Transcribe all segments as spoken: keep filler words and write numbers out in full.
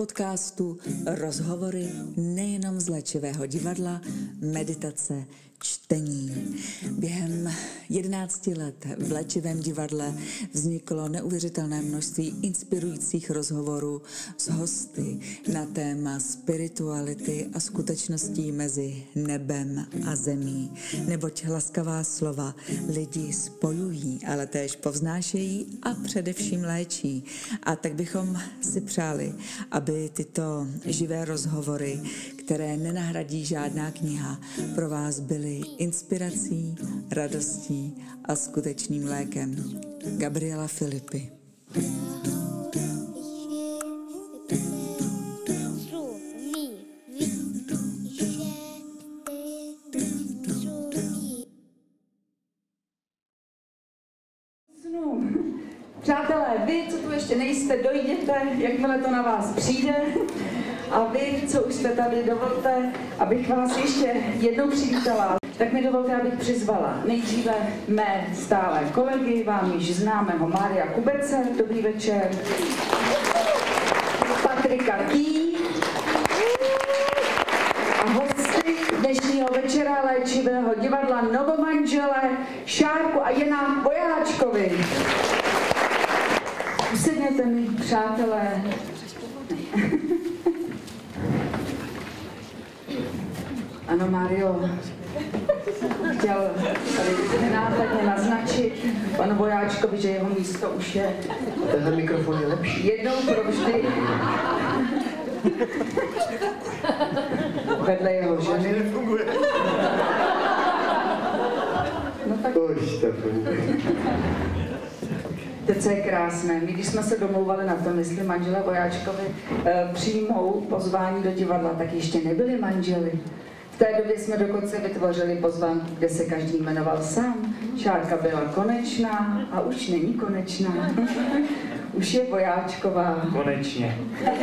podcastu rozhovory nejenom z léčivého divadla, meditace, čtení. Během jedenácti let v léčivém divadle vzniklo neuvěřitelné množství inspirujících rozhovorů s hosty na téma spirituality a skutečností mezi nebem a zemí. Neboť laskavá slova lidi spojují, ale též povznášejí a především léčí. A tak bychom si přáli, aby tyto živé rozhovory, které nenahradí žádná kniha, pro vás byly inspirací, radostí a skutečným lékem. Gabriela Filipy. Přátelé, vy, co tu ještě nejste, dojděte, jakmile to na vás přijde. A vy, co už jste tady, dovolte, abych vás ještě jednou přivítala. Tak mi dovolte, abych přizvala nejdříve mé stálé kolegy, vám již známého Mária Kubece, dobrý večer. Patrika Ký. A hosty dnešního večera léčivého divadla novomanžele Šárku a Jana Vojáčkovi. Usedněte mi, přátelé. Ano, Mário, chtěl tady nenápadně naznačit panu Vojáčkovi, že jeho místo už je... Tenhle mikrofon je lepší. Jednou provždy. Vedle jeho ženy. Nefunguje. No tak... Už to funguje. Teď co je krásné. My, když jsme se domlouvali na tom, jestli manželé Vojáčkovi e, přijmou pozvání do divadla, tak ještě nebyli manželi. V té době jsme dokonce vytvořili pozvánku, kde se každý jmenoval sám. Šárka byla konečná a už není konečná. Už je Vojáčková. Konečně.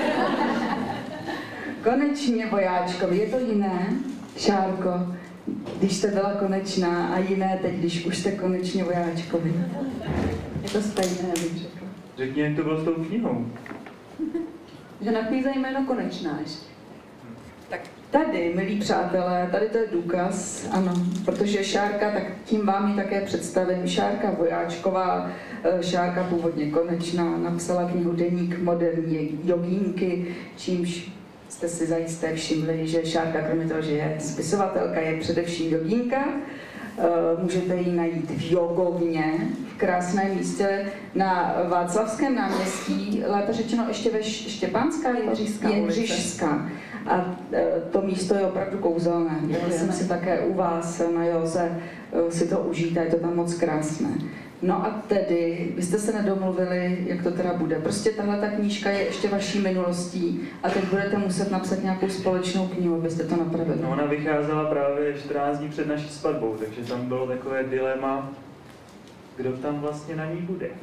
Konečně Vojáčkovi. Je to jiné, Šárko, když jste byla konečná a jiné teď, když už jste konečně Vojáčkovi. Je to stejné, bych řekla. Řekni, jak to bylo s tou knihou. Že nabízejí jméno konečná ještě. Tak tady, milí přátelé, tady to je důkaz, ano, protože Šárka, tak tím vám ji také představím, Šárka Vojáčková, Šárka původně konečná, napsala knihu Deník moderní jogínky, čímž jste si zajisté všimli, že Šárka, kromě toho, že je spisovatelka, je především jogínka. Můžete ji najít v jogovně, v krásném místě na Václavském náměstí, lépe řečeno ještě ve Štěpánská, Jindřišská. A to místo je opravdu kouzelné. Já jsem si také u vás na Joze si to užít a je to tam moc krásné. No a tedy, vy jste se nedomluvili, jak to teda bude. Prostě tahle ta knížka je ještě vaší minulostí a teď budete muset napsat nějakou společnou knihu, abyste to napravili. No, ona vycházela právě čtrnáct dní před naší svatbou, takže tam bylo takové dilema, kdo tam vlastně na ní bude.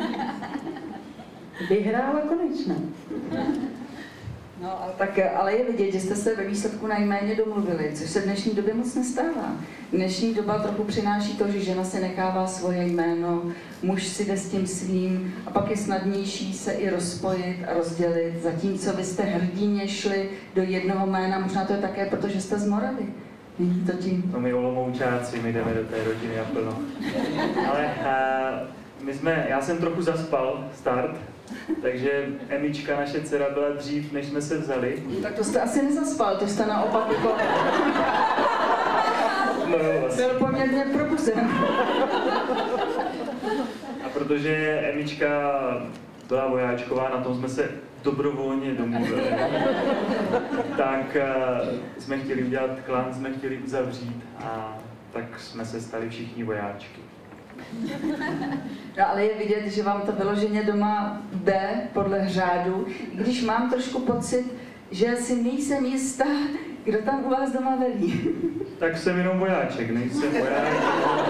Vyhrála konečně. No, ale, tak, ale je vidět, že jste se ve výsledku najméně domluvili, což se v dnešní době moc nestává. Dnešní doba trochu přináší to, že žena si nechává svoje jméno, muž si jde s tím svým a pak je snadnější se i rozpojit a rozdělit, zatímco vy jste hrdině šli do jednoho jména, možná to je také proto, že jste z Moravy. Není to tím? No, my Olomoučáci, my jdeme do té rodiny a plno. Ale a, my jsme, já jsem trochu zaspal start, takže Emička, naše dcera, byla dřív, než jsme se vzali. Tak to jste asi nezaspal, to jste naopak jako... No, vlastně. Byl poměrně probuzen. A protože Emička byla Vojáčková, na tom jsme se dobrovolně domluvili, tak uh, jsme chtěli udělat klan, jsme chtěli uzavřít a tak jsme se stali všichni vojáčky. No, ale je vidět, že vám to vyloženě doma jde podle řádu, i když mám trošku pocit, že si nejsem jistá, kdo tam u vás doma velí. Tak jsem jenom vojáček, nejsem vojáček.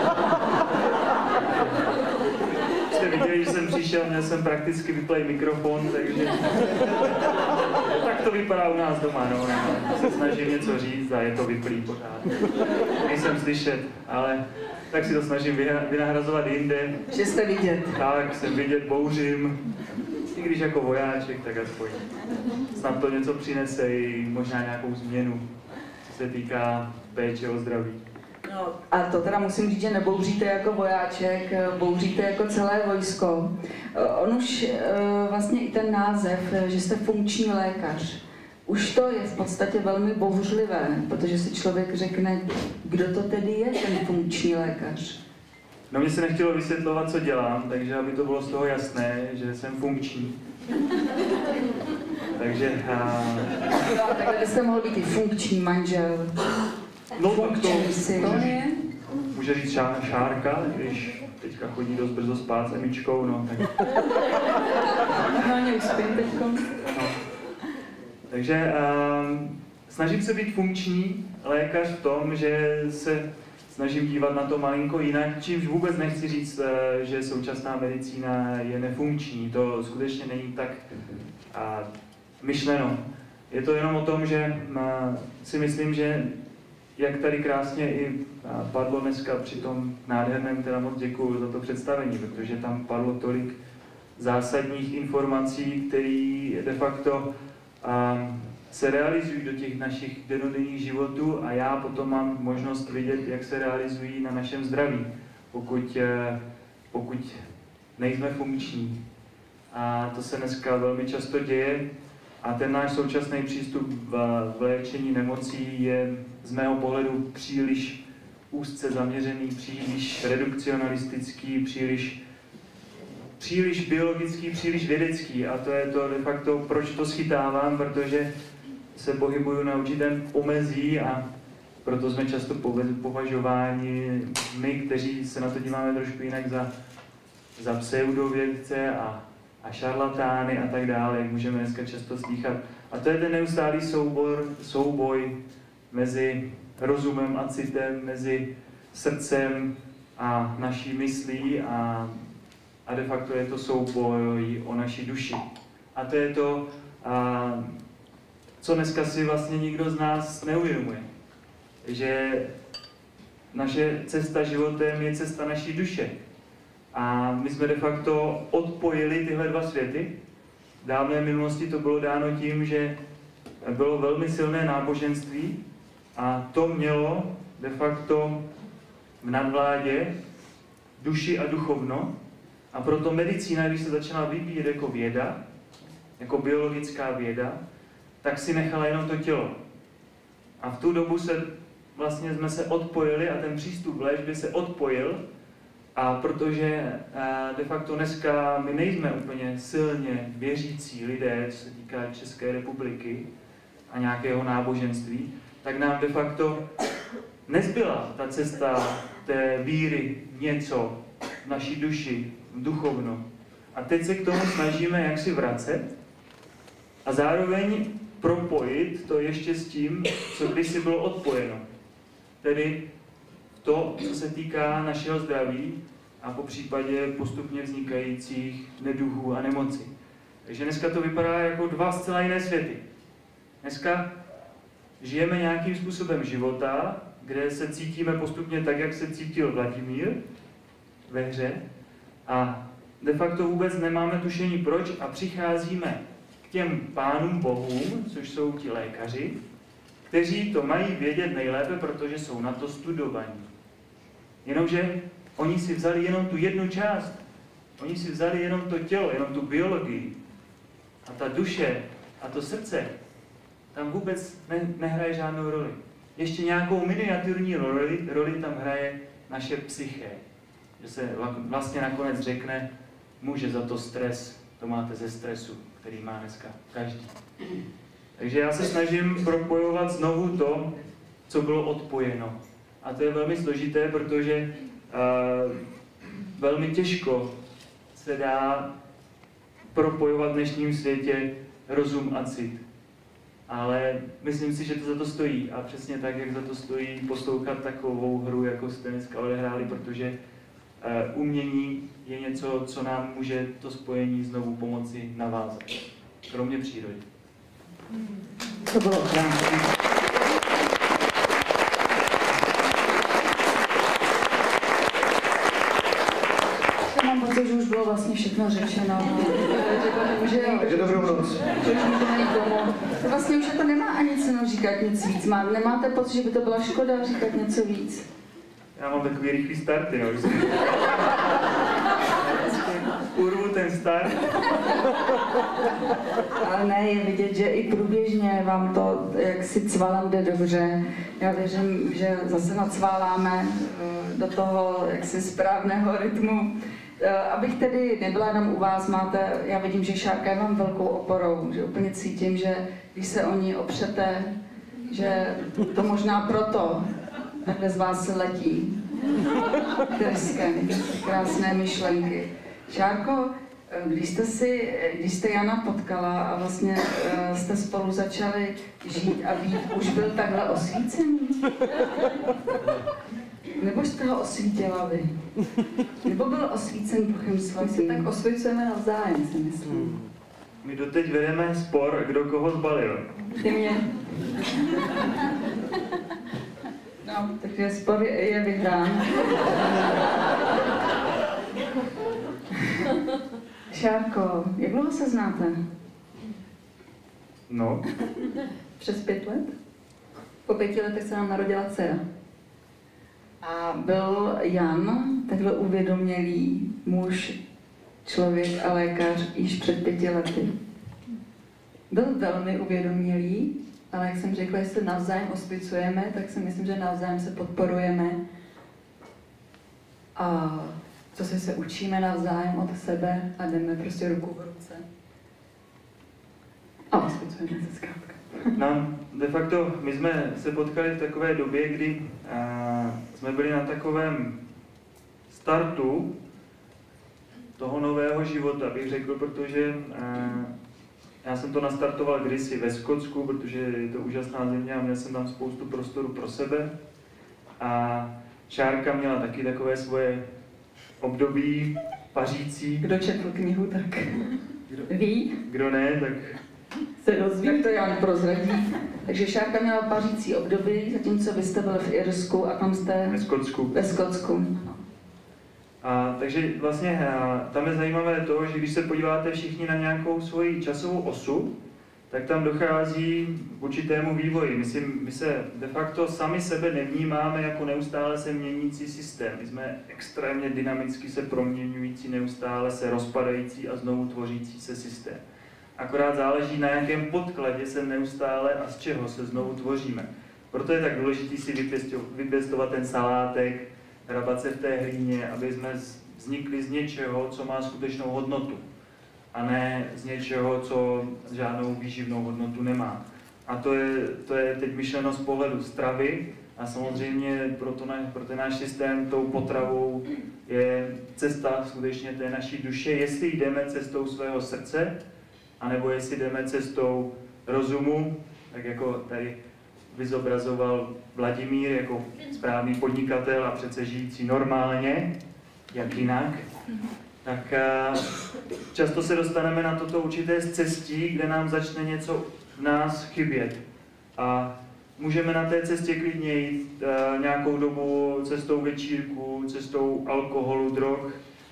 Jste viděli, že jsem přišel, měl jsem prakticky vyplej mikrofon, takže... Tak to vypadá u nás doma, no. Se snažím něco říct a je to vyplý pořád. Nejsem slyšet, ale tak si to snažím vynahrazovat jinde. Že jste vidět. Tak, jsem vidět, bouřím. když jako vojáček, tak aspoň snad to něco přinese i možná nějakou změnu, co se týká péče o zdraví. No, a to teda musím říct, že nebouříte jako vojáček, bouříte jako celé vojsko. On už vlastně i ten název, že jste funkční lékař, už to je v podstatě velmi bouřlivé, protože si člověk řekne, kdo to tedy je ten funkční lékař. No mně se nechtělo vysvětlovat, co dělám, takže aby to bylo z toho jasné, že jsem funkční. Takže... A... No, takhle byste mohl být i funkční manžel. No tak to, to může, může říct šá, Šárka, když teďka chodí dost brzo spát s Emičkou, no tak... No, neuspím teďko. No. Takže um, snažím se být funkční lékař v tom, že se snažím dívat na to malinko jinak, čímž vůbec nechci říct, že současná medicína je nefunkční. To skutečně není tak uh, myšleno. Je to jenom o tom, že uh, si myslím, že jak tady krásně i padlo dneska při tom nádherném, teda moc děkuju za to představení, protože tam padlo tolik zásadních informací, které de facto um, se realizují do těch našich dennodenních životů a já potom mám možnost vidět, jak se realizují na našem zdraví, pokud, pokud nejsme funkční. A to se dneska velmi často děje a ten náš současný přístup v, v léčení nemocí je z mého pohledu příliš úzce zaměřený, příliš redukcionalistický, příliš příliš biologický, příliš vědecký a to je to de facto, proč to schytávám, protože se pohybuju na určitém pomezí a proto jsme často považováni my, kteří se na to díváme trošku jinak za, za pseudovědce a, a šarlatány a tak dále, jak můžeme dneska často slýchat. A to je ten neustálý soubor, souboj mezi rozumem a citem, mezi srdcem a naší myslí a A de facto je to souboj o naší duši. A to je to, a, co dneska si vlastně nikdo z nás neuvědomuje. Že naše cesta životem je cesta naší duše. A my jsme de facto odpojili tyhle dva světy. V dávné minulosti to bylo dáno tím, že bylo velmi silné náboženství a to mělo de facto v nadvládě duši a duchovno. A proto medicína, když se začala vyvíjet jako věda, jako biologická věda, tak si nechala jenom to tělo. A v tu dobu se vlastně jsme se odpojili a ten přístup k léčbě se odpojil. A protože de facto dneska my nejsme úplně silně věřící lidé, co se týká České republiky a nějakého náboženství, tak nám de facto nezbyla ta cesta té víry v něco v naší duši, duchovno. A teď se k tomu snažíme jak si vracet a zároveň propojit to ještě s tím, co kdysi bylo odpojeno. Tedy to, co se týká našeho zdraví a po případě postupně vznikajících neduhů a nemocí. Takže dneska to vypadá jako dva zcela jiné světy. Dneska žijeme nějakým způsobem života, kde se cítíme postupně tak, jak se cítil Vladimír ve hře, a de facto vůbec nemáme tušení proč a přicházíme k těm pánům bohům, což jsou ti lékaři, kteří to mají vědět nejlépe, protože jsou na to studovaní. Jenomže oni si vzali jenom tu jednu část. Oni si vzali jenom to tělo, jenom tu biologii. A ta duše a to srdce tam vůbec ne, nehraje žádnou roli. Ještě nějakou miniaturní roli, roli tam hraje naše psyché. Že se vlastně nakonec řekne, může za to stres, to máte ze stresu, který má dneska každý. Takže já se snažím propojovat znovu to, co bylo odpojeno. A to je velmi složité, protože uh, velmi těžko se dá propojovat v dnešním světě rozum a cit. Ale myslím si, že to za to stojí. A přesně tak, jak za to stojí poslouchat takovou hru, jako jste dneska odehráli, protože uh, umění je něco, co nám může to spojení znovu pomoci navázat. Kromě přírody. To bylo krásné. Já mám pocit, to, že už bylo vlastně všechno řečeno. Takže Takže dobrou noc. Že už můžeme jít domů. Vlastně už to nemá ani cenu říkat nic víc. Má, nemáte pocit, že by to byla škoda říkat něco víc? Já mám takový rychlý starty, no. Vždycky urvu ten start. Ale ne, je vidět, že i průběžně vám to jaksi cvalem jde dobře. Já věřím, že zase nacváláme do toho jaksi správného rytmu. Abych tedy nebyla jenom u vás, máte, já vidím, že Šárka je vám velkou oporou, že úplně cítím, že když se o ní opřete, že to možná proto takhle z vás letí tryskem, krásné myšlenky. Šárko, když jste, si, když jste Jana potkala a vlastně jste spolu začali žít a být, už byl takhle osvícený? Nebo jste ho osvítila vy? Nebo byl osvícen Duchem Svatým? Tak osvícujeme navzájem, si myslím. My doteď vedeme spor, kdo koho zbalil. Ty mě. No, takže spor je, je vyhrán. Šárko, jak dlouho se znáte? No. Přes pět let? Po pěti letech se nám narodila dcera. A byl Jan takhle uvědomělý muž, člověk a lékař již před pěti lety. Byl velmi uvědomělý, ale jak jsem řekla, jestli navzájem osvěcujeme, tak si myslím, že navzájem se podporujeme. A co se se učíme navzájem od sebe a jdeme prostě ruku v ruce. A osvěcujeme se zkrátka. Nám de facto, my jsme se potkali v takové době, kdy a, jsme byli na takovém startu toho nového života, bych řekl, protože a, já jsem to nastartoval kdysi ve Skotsku, protože je to úžasná země a měl jsem tam spoustu prostoru pro sebe. A Šárka měla taky takové svoje období pařící. Kdo četl knihu, tak Kdo, ví. kdo ne, tak Se dozví. Tak to Jan prozradí. Takže Šárka měla pařící období, zatímco vy jste byli v Irsku a tam jste... ve Skotsku. Ve Skotsku. A, takže vlastně a, tam je zajímavé to, že když se podíváte všichni na nějakou svoji časovou osu, tak tam dochází k určitému vývoji. My, si, my se de facto sami sebe nevnímáme jako neustále se měnící systém. My jsme extrémně dynamicky se proměňující, neustále se rozpadající a znovu tvořící se systém. Akorát záleží, na jakém podkladě se neustále a z čeho se znovu tvoříme. Proto je tak důležité si vypěstovat ten salátek, hrabat se v té hlíně, aby jsme vznikli z něčeho, co má skutečnou hodnotu. A ne z něčeho, co žádnou výživnou hodnotu nemá. A to je, to je teď myšleno z pohledu stravy a samozřejmě pro, to na, pro ten náš systém tou potravou je cesta skutečně té naší duše, jestli jdeme cestou svého srdce, anebo jestli jdeme cestou rozumu, tak jako tady vyzobrazoval Vladimír jako správný podnikatel a přece žijící normálně, jak jinak, tak často se dostaneme na toto určité cestí, kde nám začne něco v nás chybět. A můžeme na té cestě klidně jít nějakou dobu cestou večírku, cestou alkoholu, drog,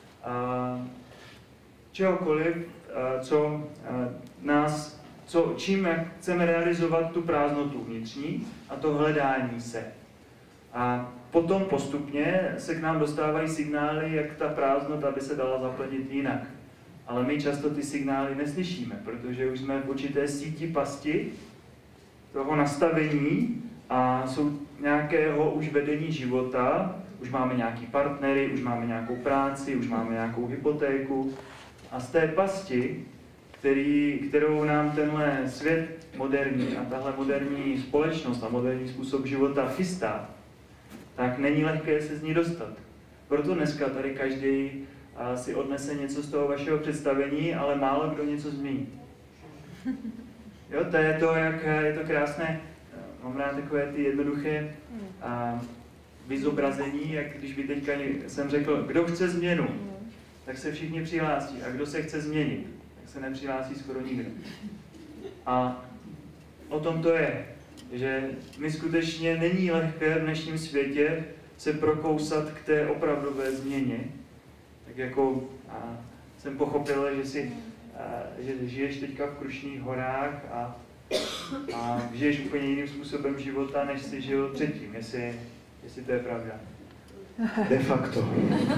čehokoliv, co nás, co, čím chceme realizovat tu prázdnotu vnitřní a to hledání se. A potom postupně se k nám dostávají signály, jak ta prázdnota by se dala zaplnit jinak. Ale my často ty signály neslyšíme, protože už jsme v určité síti pasti toho nastavení a jsou nějakého už vedení života, už máme nějaký partnery, už máme nějakou práci, už máme nějakou hypotéku. A z té pasti, který, kterou nám tenhle svět moderní a tahle moderní společnost a moderní způsob života chystá, tak není lehké se z ní dostat. Proto dneska tady každý si odnese něco z toho vašeho představení, ale málo kdo něco změní. Jo, to je to, jak je to krásné, mám rád takové ty jednoduché a, vyzobrazení, jak když by teďka jsem řekl, kdo chce změnu, tak se všichni přihlásí. A kdo se chce změnit, tak se nepřihlásí skoro nikdo. A o tom to je, že my skutečně není lehké v dnešním světě se prokousat k té opravdové změně, tak jako a jsem pochopil, že, si, a, že žiješ teďka v Krušných horách a, a žiješ úplně jiným způsobem života, než jsi žil předtím, jestli, jestli to je pravda. De facto.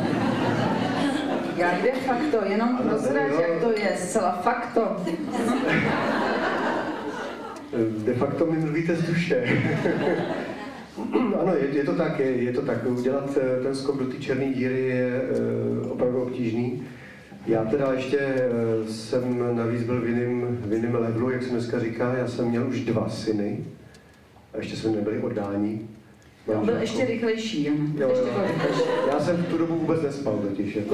Jak de facto, jenom prozrať, jak to je, zcela fakto. De facto mi mluvíte z duše. Ano, je, je to tak, je, je to tak. Udělat ten skok do té černé díry je uh, opravdu obtížný. Já teda ještě uh, jsem navíc byl v jiném, v jiném levelu, jak se dneska říká. Já jsem měl už dva syny a ještě jsme nebyli oddáni. On byl ještě rychlejší, jo. Jo, ještě jo. rychlejší. Já jsem v tu dobu vůbec nespal totiž. Jako.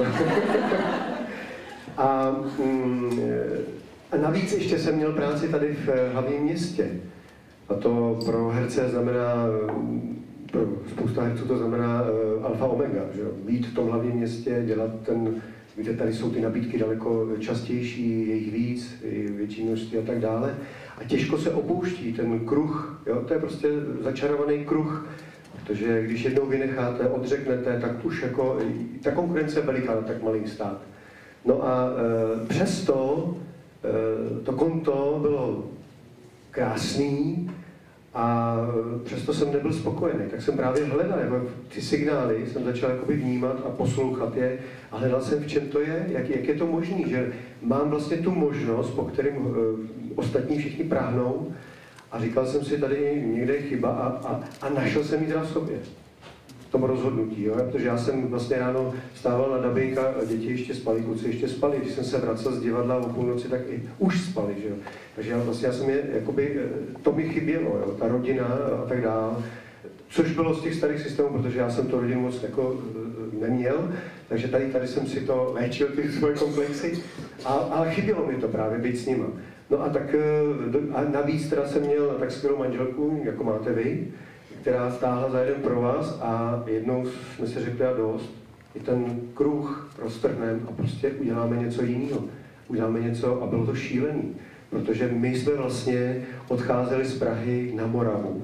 A, mm, a navíc ještě jsem měl práci tady v hlavním městě. A to pro herce znamená, pro spousta herců to znamená uh, alfa omega, že jo? Být v tom hlavním městě, dělat ten, víte, tady jsou ty nabídky daleko častější, je jich víc, je větší množství a tak dále. A těžko se opouští ten kruh, jo? To je prostě začarovaný kruh, protože když jednou vynecháte, odřeknete, tak už jako, ta konkurence je veliká na tak malý stát. No a uh, přesto uh, to konto bylo krásný a přesto jsem nebyl spokojený, tak jsem právě hledal jako ty signály, jsem začal jakoby vnímat a poslouchat je a hledal jsem, v čem to je, jak, jak je to možný, že mám vlastně tu možnost, po kterém uh, ostatní všichni práhnou a říkal jsem si, tady někde je chyba a, a, a našel jsem ji teda v sobě. V tom rozhodnutí, jo? Protože já jsem vlastně ráno stával na dabejka, děti ještě spali, kluci ještě spali, když jsem se vracel z divadla o půlnoci, tak i už spali, že jo. Takže já vlastně já jsem je, jakoby, to mi chybělo, jo? Ta rodina a tak dále, což bylo z těch starých systémů, protože já jsem to rodinu moc jako neměl, takže tady, tady jsem si to léčil, ty svoje komplexy, a, ale chybělo mi to právě být s nima. No a tak a navíc teda jsem měl tak skvělou manželku, jako máte vy, která stáhla za jeden pro vás a jednou jsme si řekli a dost, i ten kruh roztrhneme a prostě uděláme něco jiného. Uděláme něco a bylo to šílený, protože my jsme vlastně odcházeli z Prahy na Moravu.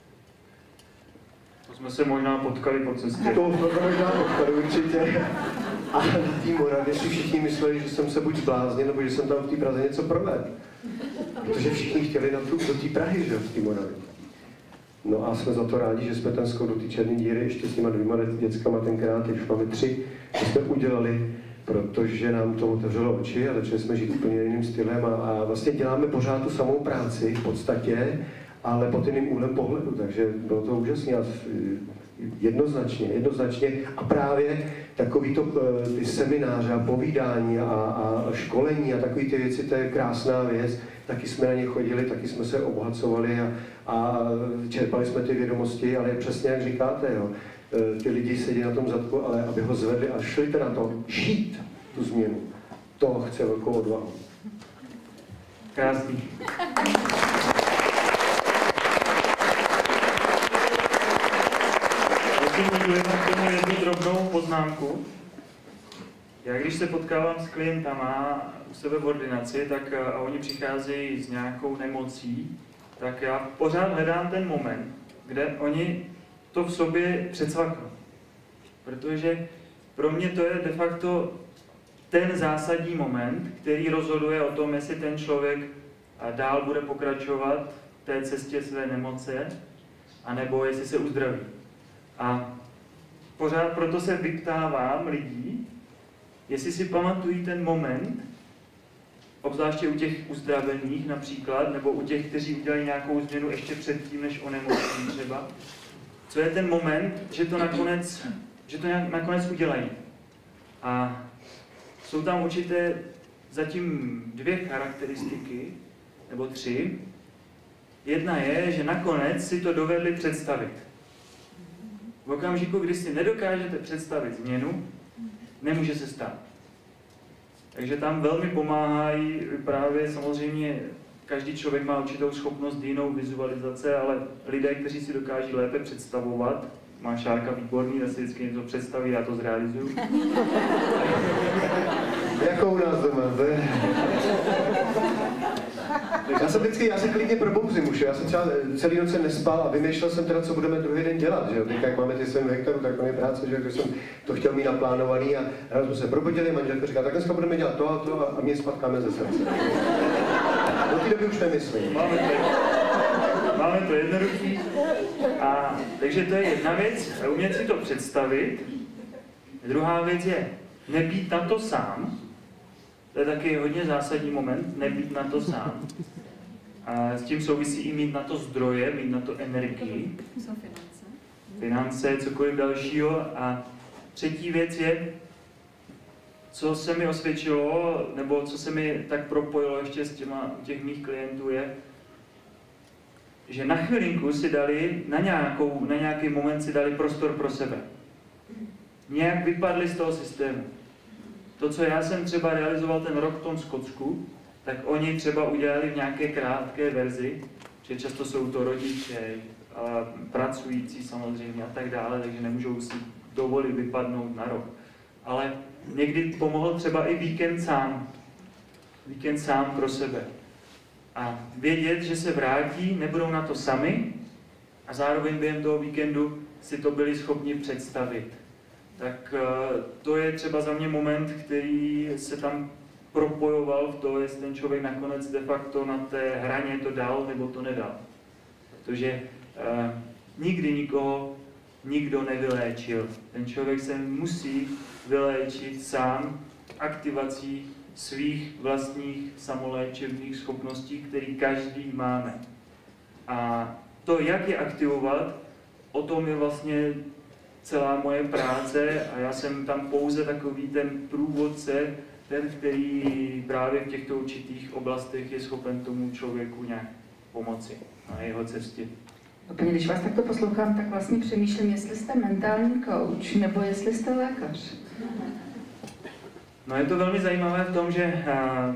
To jsme se možná potkali po cestě. To jsme se možná potkali určitě. A na té Moravě si všichni mysleli, že jsem se buď zbláznil, nebo že jsem tam v té Praze něco provedl. Protože všichni chtěli na tu, do té Prahy, že v té Moravě. No a jsme za to rádi, že jsme ten skok do té černé díry ještě s těma dvěma dětskama tenkrát, teď už máme tři, že jsme udělali, protože nám to otevřelo oči a začali jsme žít úplně jiným stylem a, a vlastně děláme pořád tu samou práci v podstatě, ale pod jiným úhlem pohledu, takže bylo to úžasné a jednoznačně, jednoznačně a právě takový to, ty semináře a povídání a, a školení a takové ty věci, to je krásná věc, taky jsme na ně chodili, taky jsme se obohacovali a, a čerpali jsme ty vědomosti, ale přesně jak říkáte, jo, ty lidi sedí na tom zadku, ale aby ho zvedli a šli teda na to šít tu změnu, to chce velkou odvahu. Krásný. Můžu jenom k tomu jednu drobnou poznámku. Já když se potkávám s klientama u sebe v ordinaci, tak a oni přicházejí s nějakou nemocí, tak já pořád hledám ten moment, kde oni to v sobě přecvaknou. Protože pro mě to je de facto ten zásadní moment, který rozhoduje o tom, jestli ten člověk dál bude pokračovat v té cestě své nemoce, anebo jestli se uzdraví. A pořád proto se vyptávám lidí, jestli si pamatují ten moment, obzvláště u těch uzdravených například, nebo u těch, kteří udělají nějakou změnu ještě předtím, než onemocní třeba, co je ten moment, že to nakonec, že to nakonec udělají. A jsou tam určité zatím dvě charakteristiky, nebo tři. Jedna je, že nakonec si to dovedli představit. V okamžiku, kdy si nedokážete představit změnu, nemůže se stát. Takže tam velmi pomáhají právě samozřejmě, každý člověk má určitou schopnost jinou vizualizace, ale lidé, kteří si dokáží lépe představovat, má Šárka výborný, zase vždycky něco představí, já to zrealizuju. Jakou nás doma, Já jsem vždycky, já se klidně probouzím už, já jsem třeba celý noc nespal a vymýšlel jsem teda, co budeme druhý den dělat, že jo. Teď jak máme ty sedm hektarů, tak on je práce, že když jsem to chtěl mít naplánovaný a ráno jsme se probudili, manželka říká, tak dneska budeme dělat to a to a mě spatkáme ze srdce. Do té doby už nemyslím. Máme to, máme to jednoduchý. A, takže to je jedna věc, umět si to představit. Druhá věc je nebýt na to sám. To je taky hodně zásadní moment, nebýt na to sám. A s tím souvisí i mít na to zdroje, mít na to energii. Jsou finance. Finance, cokoliv dalšího. A třetí věc je, co se mi osvědčilo, nebo co se mi tak propojilo ještě s těma těch mých klientů je, že na chvilinku si dali, na, nějakou, na nějaký moment si dali prostor pro sebe. Nějak vypadli z toho systému. To, co já jsem třeba realizoval ten rok v tom Skotsku, tak oni třeba udělali v nějaké krátké verzi, že často jsou to rodiče, a pracující samozřejmě a tak dále, takže nemůžou si dovolit vypadnout na rok. Ale někdy pomohl třeba i víkend sám. Víkend sám pro sebe. A vědět, že se vrátí, nebudou na to sami a zároveň během toho víkendu si to byli schopni představit. Tak to je třeba za mě moment, který se tam propojoval v to, jestli ten člověk nakonec de facto na té hraně to dal nebo to nedal. Protože eh, nikdy nikoho nikdo nevyléčil. Ten člověk se musí vyléčit sám aktivací svých vlastních samoléčebných schopností, které každý máme. A to, jak je aktivovat, o tom je vlastně celá moje práce a já jsem tam pouze takový ten průvodce, ten, který právě v těchto určitých oblastech je schopen tomu člověku nějak pomoci na jeho cestě. Úplně, když vás takto poslouchám, tak vlastně přemýšlím, jestli jste mentální coach, nebo jestli jste lékař. No je to velmi zajímavé v tom, že uh,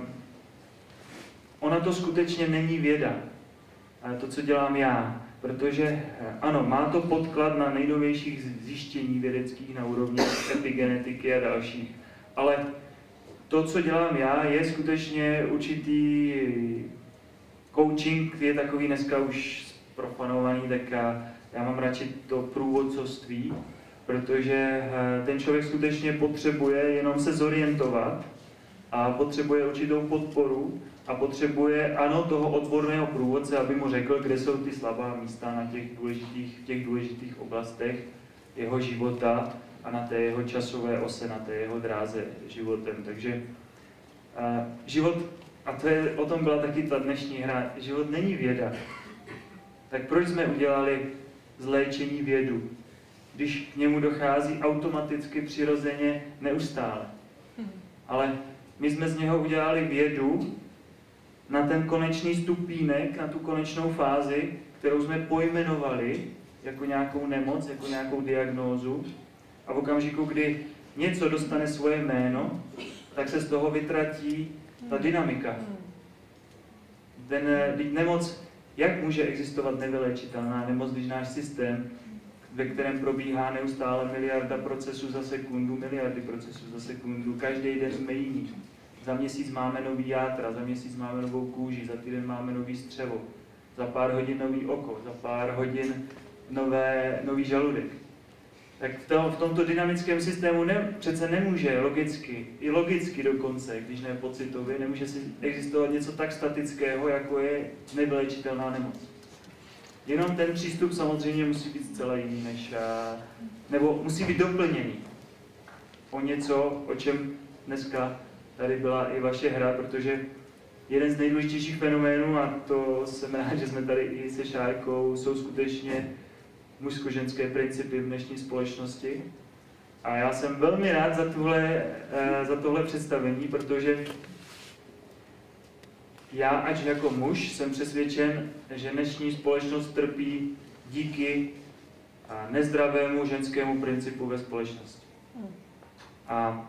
ona to skutečně není věda, ale to, co dělám já. Protože ano, má to podklad na nejnovějších zjištění vědeckých na úrovni epigenetiky a dalších. Ale to, co dělám já, je skutečně určitý coaching, je takový dneska už profanovaný, tak já, já mám radši to průvodcovství, protože ten člověk skutečně potřebuje jenom se zorientovat a potřebuje určitou podporu a potřebuje, ano, toho odborného průvodce, aby mu řekl, kde jsou ty slabá místa na těch důležitých, těch důležitých oblastech jeho života a na té jeho časové ose, na té jeho dráze životem. Takže a, život, a to je, o tom byla taky ta dnešní hra, život není věda. Tak proč jsme udělali z léčení vědu, když k němu dochází automaticky, přirozeně, neustále? Ale my jsme z něho udělali vědu na ten konečný stupínek, na tu konečnou fázi, kterou jsme pojmenovali jako nějakou nemoc, jako nějakou diagnózu. A v okamžiku, kdy něco dostane svoje jméno, tak se z toho vytratí ta dynamika. Ten, nemoc, jak může existovat nevyléčitelná nemoc, když náš systém, ve kterém probíhá neustále miliarda procesů za sekundu, miliardy procesů za sekundu, každý den jsme jiní. Za měsíc máme nový játra, za měsíc máme novou kůži, za týden máme nový střevo, za pár hodin nový oko, za pár hodin nové, nový žaludek. Tak v, tom, v tomto dynamickém systému ne, přece nemůže logicky, i logicky dokonce, když ne pocitově, nemůže si existovat něco tak statického, jako je nevyléčitelná nemoc. Jenom ten přístup samozřejmě musí být zcela jiný, než, nebo musí být doplněný o něco, o čem dneska tady byla i vaše hra, protože jeden z nejdůležitějších fenoménů, a to jsem rád, že jsme tady i se Šárkou, jsou skutečně mužsko-ženské principy v dnešní společnosti. A já jsem velmi rád za tohle, za tohle představení, protože já, ač jako muž, jsem přesvědčen, že dnešní společnost trpí díky nezdravému ženskému principu ve společnosti. A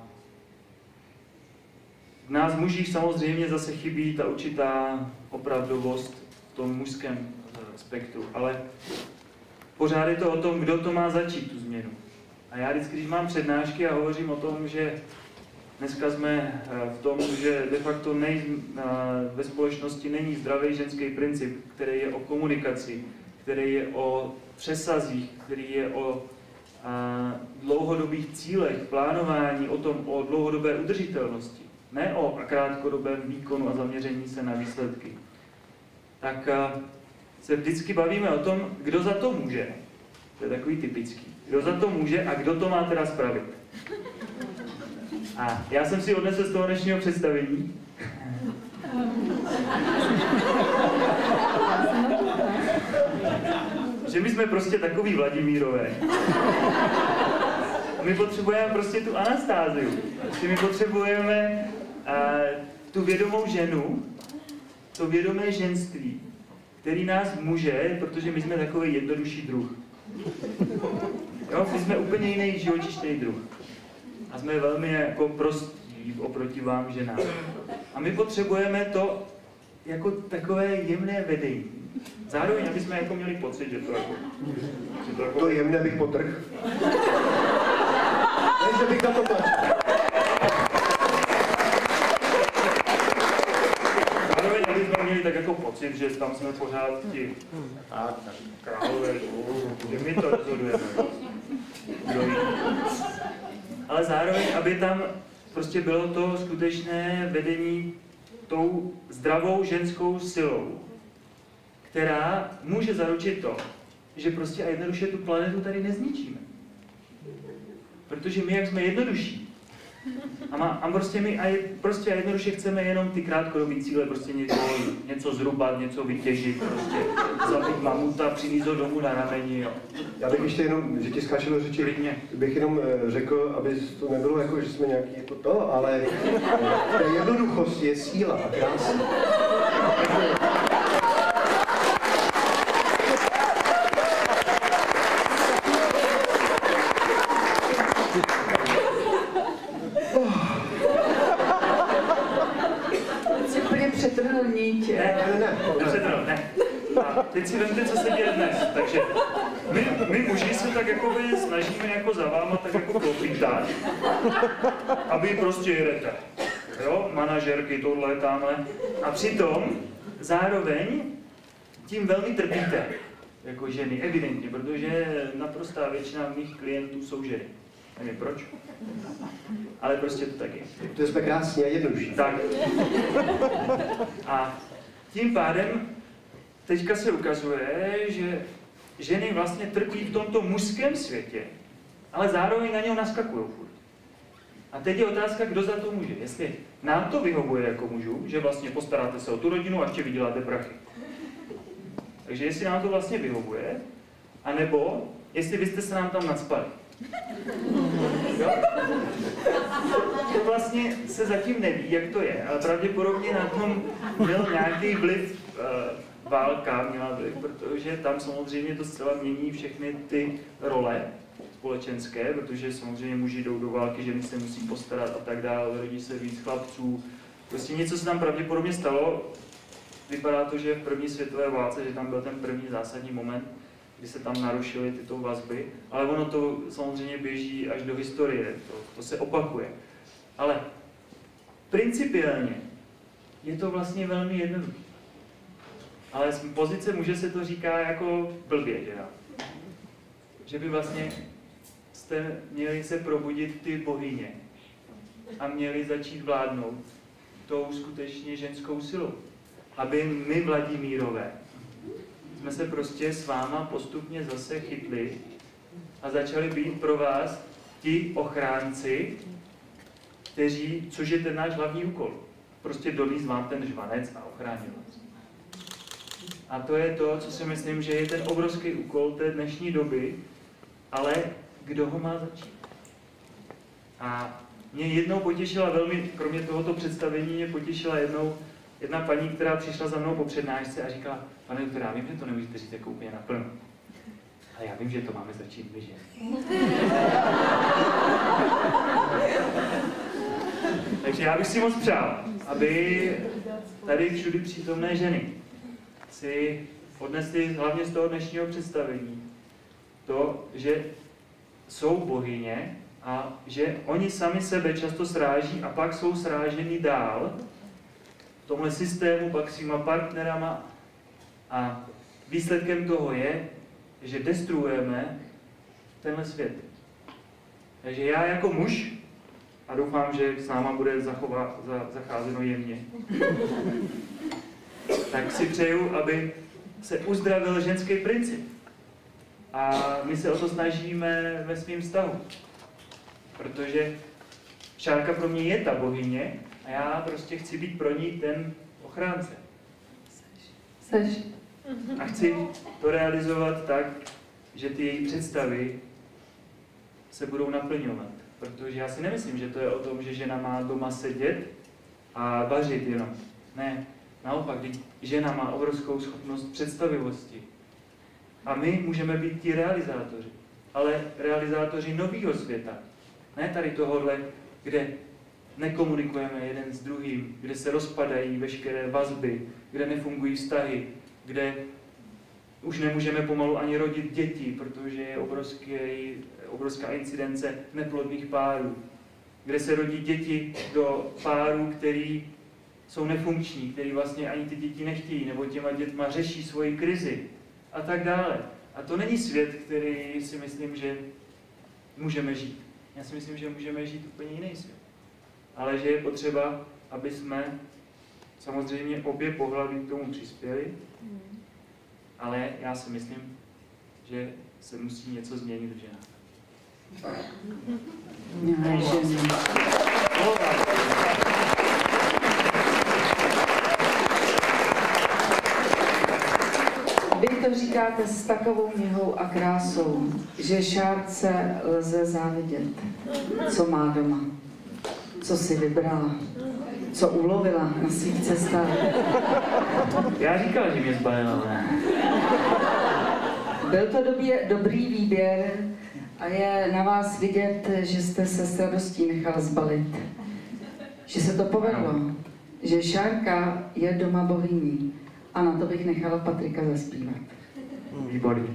v nás mužích samozřejmě zase chybí ta určitá opravdovost v tom mužském spektru, ale pořád je to o tom, kdo to má začít, tu změnu. A já vždycky, když mám přednášky a hovořím o tom, že Dneska jsme v tom, že de facto nej, ve společnosti není zdravý ženský princip, který je o komunikaci, který je o přesazích, který je o dlouhodobých cílech, plánování, o tom, o dlouhodobé udržitelnosti, ne o krátkodobém výkonu a zaměření se na výsledky. Tak se vždycky bavíme o tom, kdo za to může. To je takový typický. Kdo za to může a kdo to má teda spravit. A já jsem si odnesl z toho dnešního představení, že my jsme prostě takový Vladimírové. My potřebujeme prostě tu Anastáziu. My potřebujeme uh, tu vědomou ženu, to vědomé ženství, který nás může, protože my jsme takový jednodušší druh. Jo, my jsme úplně jiný živočišný druh. A jsme velmi jako prostí oproti vám ženám. A my potřebujeme to jako takové jemné vedení. Zároveň, aby jsme jako měli pocit, že to jako... Že to, jako... to jemné bych potrhl. Ne, že bych na to tlačil. Zároveň, aby jsme měli tak jako pocit, že tam jsme pořád ti a králové, že my to rozhodujeme. Ale zároveň, aby tam prostě bylo to skutečné vedení tou zdravou ženskou silou, která může zaručit to, že prostě a jednoduše tu planetu tady nezničíme. Protože my, jak jsme jednodušší, a, má, a prostě my a je, prostě a jednoduše chceme jenom ty krátkodobé cíle, prostě něco, něco zrubat, něco vytěžit, prostě zabít mamuta, přinést ho domů na rameni, jo. Já bych ještě jenom, že ti skáču do řeči, Klidně. bych jenom řekl, aby to nebylo jako, že jsme nějaký jako to, ale v té jednoduchosti je síla a krása. Dítě. Ne, ne, ne, nepřetrhl, ne. A teď si vemte, co se děje dnes. Takže my, my muži se tak jakoby snažíme jako za váma tak jako klopítat, aby prostě jedete. Jo, manažerky, tohle, tamhle. A přitom zároveň tím velmi trpíte, jako ženy, evidentně, protože naprostá většina mých klientů jsou ženy. Nevím proč, ale prostě to tak je. To jsme krásní a jednodušší. Tak. A tím pádem teďka se ukazuje, že ženy vlastně trpí v tomto mužském světě, ale zároveň na něho naskakují furt. A teď je otázka, kdo za to může. Jestli nám to vyhovuje jako mužů, že vlastně postaráte se o tu rodinu a ještě vyděláte prachy. Takže jestli nám to vlastně vyhovuje, anebo jestli vy jste se nám tam nacpali. Jo? To vlastně se zatím neví, jak to je, ale pravděpodobně na tom byl nějaký vliv, uh, válka měla vliv, protože tam samozřejmě to zcela mění všechny ty role společenské, protože samozřejmě muži jdou do války, ženy se musí postarat a tak dále, rodí se víc chlapců. Prostě něco se tam pravděpodobně stalo. Vypadá to, že v první světové válce, že tam byl ten první zásadní moment, kdy se tam narušily tyto vazby, ale ono to samozřejmě běží až do historie, to, to se opakuje. Ale principiálně je to vlastně velmi jednoduché. Ale z pozice muže se to říká jako blbě, že jo? Že by vlastně jste měli se probudit ty bohyně a měli začít vládnout tou skutečně ženskou silou. Aby my, Vladimírové, jsme se prostě s váma postupně zase chytli a začali být pro vás ti ochránci, kteří, což je ten náš hlavní úkol, prostě donést vám ten žvanec a ochránit vás. A to je to, co si myslím, že je ten obrovský úkol té dnešní doby, ale kdo ho má začít? A mě jednou potěšila velmi, kromě tohoto představení, mě potěšila jednou jedna paní, která přišla za mnou po přednášce a říkala, pane doktor, já vím, že to nemůžete říct jako úplně naplno, ale já vím, že to máme začít my, že? Takže já bych si moc přál, aby tady všudy přítomné ženy si odnesly hlavně z toho dnešního představení to, že jsou bohyně a že oni sami sebe často sráží a pak jsou sráženi dál v tomhle systému, pak svýma partnerama a výsledkem toho je, že destruujeme tenhle svět. Takže já jako muž, a doufám, že s náma bude zachova, za, zacházeno jemně, tak si přeju, aby se uzdravil ženský princip. A my se o to snažíme ve svém vztahu. Protože Šárka pro mě je ta bohyně a já prostě chci být pro ní ten ochránce. Seš. A chci to realizovat tak, že ty její představy se budou naplňovat. Protože já si nemyslím, že to je o tom, že žena má doma sedět a vařit jenom. Ne, naopak, žena má obrovskou schopnost představivosti. A my můžeme být ti realizátoři, ale realizátoři nového světa. Ne tady tohohle, kde nekomunikujeme jeden s druhým, kde se rozpadají veškeré vazby, kde nefungují vztahy, kde už nemůžeme pomalu ani rodit děti, protože je obrovský, obrovská incidence neplodných párů, kde se rodí děti do párů, který jsou nefunkční, který vlastně ani ty děti nechtějí, nebo těma dětma řeší svoji krizi a tak dále. A to není svět, který si myslím, že můžeme žít. Já si myslím, že můžeme žít úplně jiný svět. Ale že je potřeba, aby jsme samozřejmě obě pohlaví k tomu přispěli, ale já si myslím, že se musí něco změnit v ženách. Milé ženy. Vy to říkáte s takovou měhou a krásou, že Šárce lze závidět, co má doma, co si vybrala, co ulovila na svých cestách. Já říkal, že mě zbalila, ne? Byl to době, dobrý výběr a je na vás vidět, že jste se s radostí nechala zbalit. Že se to povedlo, že Šárka je doma bohyní a na to bych nechala Patrika zaspívat. Výborně.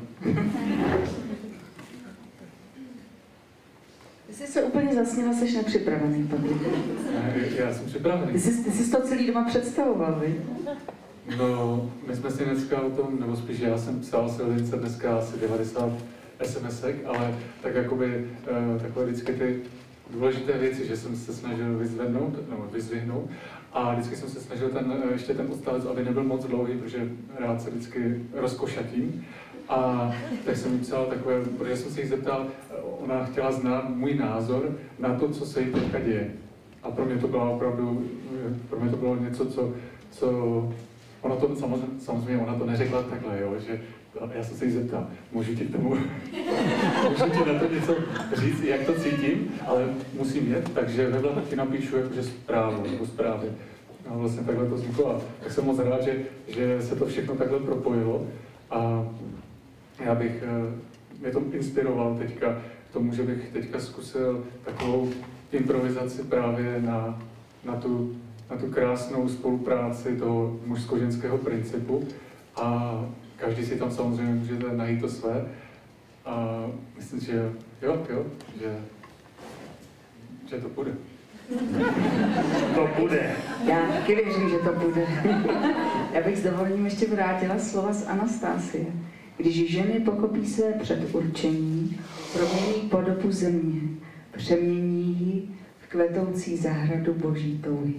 Ty jsi se úplně zasněla, jsi nepřipravený, Patrik. Já jsem připravený. Ty jsi, ty jsi to celý doma představoval, vy? No, my jsme si dneska o tom, nebo spíš já jsem psal Silvince dneska asi devadesát SMSek, ale tak jakoby uh, takové vždycky ty důležité věci, že jsem se snažil vyzvednout, nebo vyzvihnout a vždycky jsem se snažil ten, ještě ten odstavec, aby nebyl moc dlouhý, protože rád se vždycky rozkošatím. A tak jsem jí psal takové, protože jsem se jí zeptal, ona chtěla znát můj názor na to, co se jí teďka děje. A pro mě to bylo opravdu, pro mě to bylo něco, co, co ona to samozřejmě, samozřejmě ona to neřekla takhle, jo, že já jsem se jí zeptal, můžu ti k tomu, můžu ti na to něco říct, jak to cítím, ale musím jet, takže vedle taky napíšu jakože zprávu nebo zprávy. A vlastně takhle to vzniklo a tak jsem moc rád, že, že se to všechno takhle propojilo a já bych mě to inspiroval teďka k tomu, že bych teďka zkusil takovou improvizaci právě na, na, tu, na tu krásnou spolupráci toho mužsko-ženského principu a každý si tam samozřejmě můžete najít to své a myslím, že jo, jo, že, že to bude. To bude. Já taky věřím, že to bude. Já bych s dovolením ještě vrátila slova z Anastásie. Když ženy pochopí své předurčení, promění podobu země, přemění ji v kvetoucí zahradu boží touhy.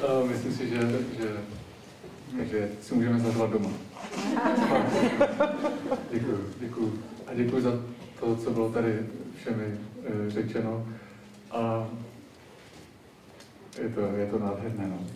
Uh, myslím si, že, že, že si můžeme zahřvat doma. Děkuju, děkuju. A děkuji za to, co bylo tady všemi e, řečeno. A je to, je to nádherné, no.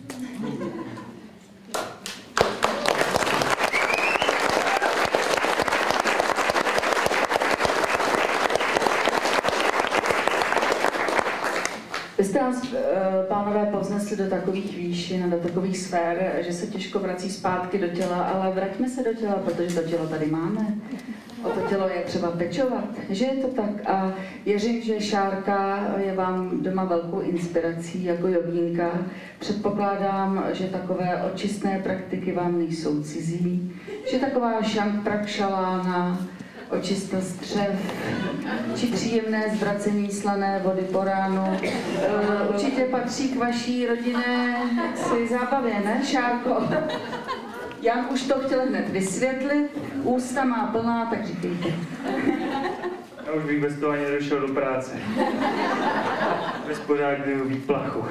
Vy jste nás, pánové, povznesli do takových výšin a do takových sfér, že se těžko vrací zpátky do těla, ale vraťme se do těla, protože to tělo tady máme. O to tělo je třeba pečovat, že je to tak. A věřím, že Šárka je vám doma velkou inspirací jako jogínka. Předpokládám, že takové očistné praktiky vám nejsou cizí, že taková šank prakšalána, očista střev, či příjemné zvracení slané vody po ránu. Určitě patří k vaší rodinné jaksi zábavě, ne, Šárko? Jan už to chtěl hned vysvětlit, ústa má plná, tak říkejte. Já už bych bez toho ani nedošel do práce. Bez pořádného výplachu.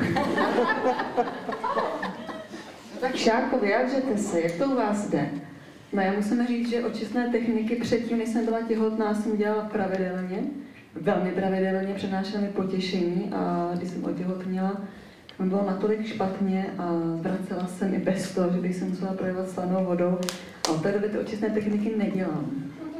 Tak Šárko, vyjádřete se, jak to u vás jde? No já musím říct, že očistné techniky předtím, než jsem byla těhotná, jsem dělala pravidelně. Velmi pravidelně, přinášela mi potěšení a když jsem otěhotněla, mi bylo natolik špatně a vracela jsem i bez toho, že bych se musela projevat slanou vodou. A od té doby ty očistné techniky nedělám.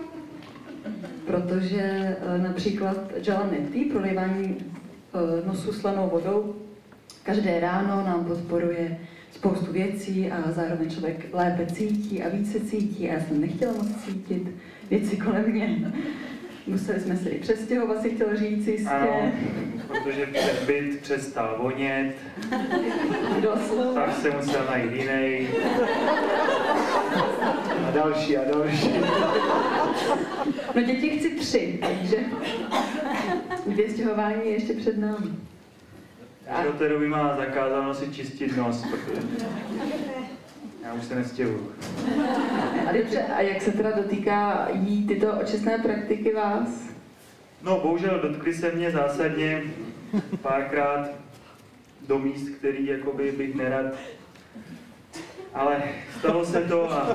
Protože například Jalaneti, prolívání nosu slanou vodou, každé ráno nám podporuje spoustu věcí a zároveň člověk lépe cítí a více cítí. A já jsem nechtěla moc cítit věci kolem mě. Museli jsme se i přestěhovat, si chtěl říct jistě. Ano, protože byt přestal vonět, tak se musel najít jiný. A další, a další. No děti chci tři, takže dvě stěhování je ještě před námi. A do té doby má zakázáno si čistit nos, protože já už se nestěhuju. A, dobře, a jak se teda dotýká jí tyto očistné praktiky vás? No, bohužel dotkli se mě zásadně párkrát do míst, který jakoby bych nerad. Ale stalo se to a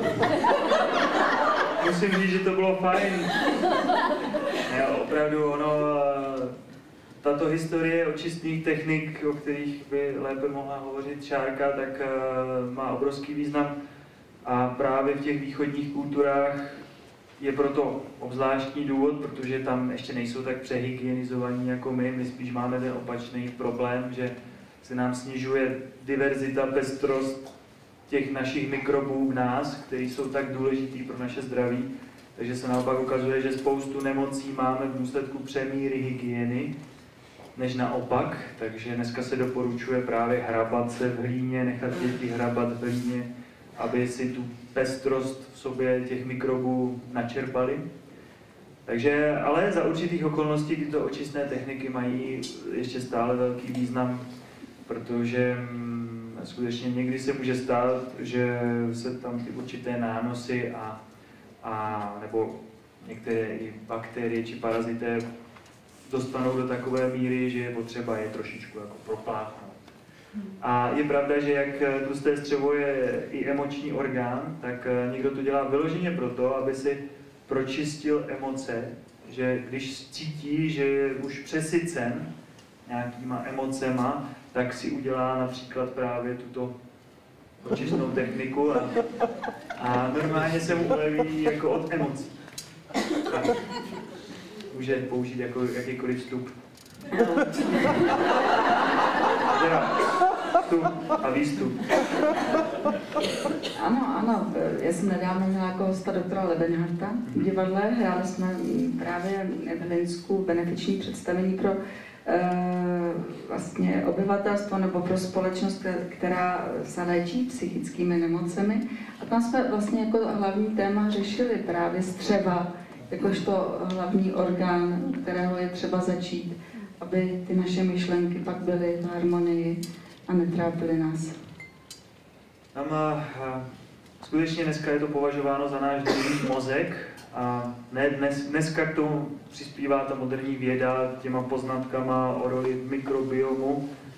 musím říct, že to bylo fajn. Ne, opravdu ono, tato historie očistných technik, o kterých by lépe mohla hovořit Šárka, tak má obrovský význam. A právě v těch východních kulturách je proto obzvláštní důvod, protože tam ještě nejsou tak přehygienizovaní jako my. My spíš máme ten opačný problém, že se nám snižuje diverzita, pestrost těch našich mikrobů v nás, které jsou tak důležitý pro naše zdraví. Takže se naopak ukazuje, že spoustu nemocí máme v důsledku přemíry hygieny, než naopak. Takže dneska se doporučuje právě hrabat se v hlíně, nechat děti hrabat v hlíně, aby si tu pestrost v sobě těch mikrobů načerpali. Takže, ale za určitých okolností tyto očistné techniky mají ještě stále velký význam, protože hm, skutečně někdy se může stát, že se tam ty určité nánosy a, a nebo některé i bakterie či parazité dostanou do takové míry, že je potřeba je trošičku jako propláchnout. A je pravda, že jak tlusté střevo je i emoční orgán, tak někdo to dělá vyloženě proto, aby si pročistil emoce, že když cítí, že je už přesycen nějakýma emocema, tak si udělá například právě tuto očistnou techniku a, a normálně se mu uleví jako od emocí. Tak může použít jako jakýkoliv vstup. Teda vstup a výstup. Ano, ano. Já jsem nedávno měla jako hosta doktora Lebenharta v divadle. Hráli jsme právě v Linsku benefiční představení pro e, vlastně obyvatelstvo nebo pro společnost, která se léčí psychickými nemocemi. A tam jsme vlastně jako hlavní téma řešili právě střeva, jakožto hlavní orgán, kterého je třeba začít, aby ty naše myšlenky pak byly v harmonii a netrápily nás. Tam a, a, skutečně dneska je to považováno za náš druhý mozek a ne, dnes, dneska k tomu přispívá ta moderní věda těma poznatkama o roli mikrobiomu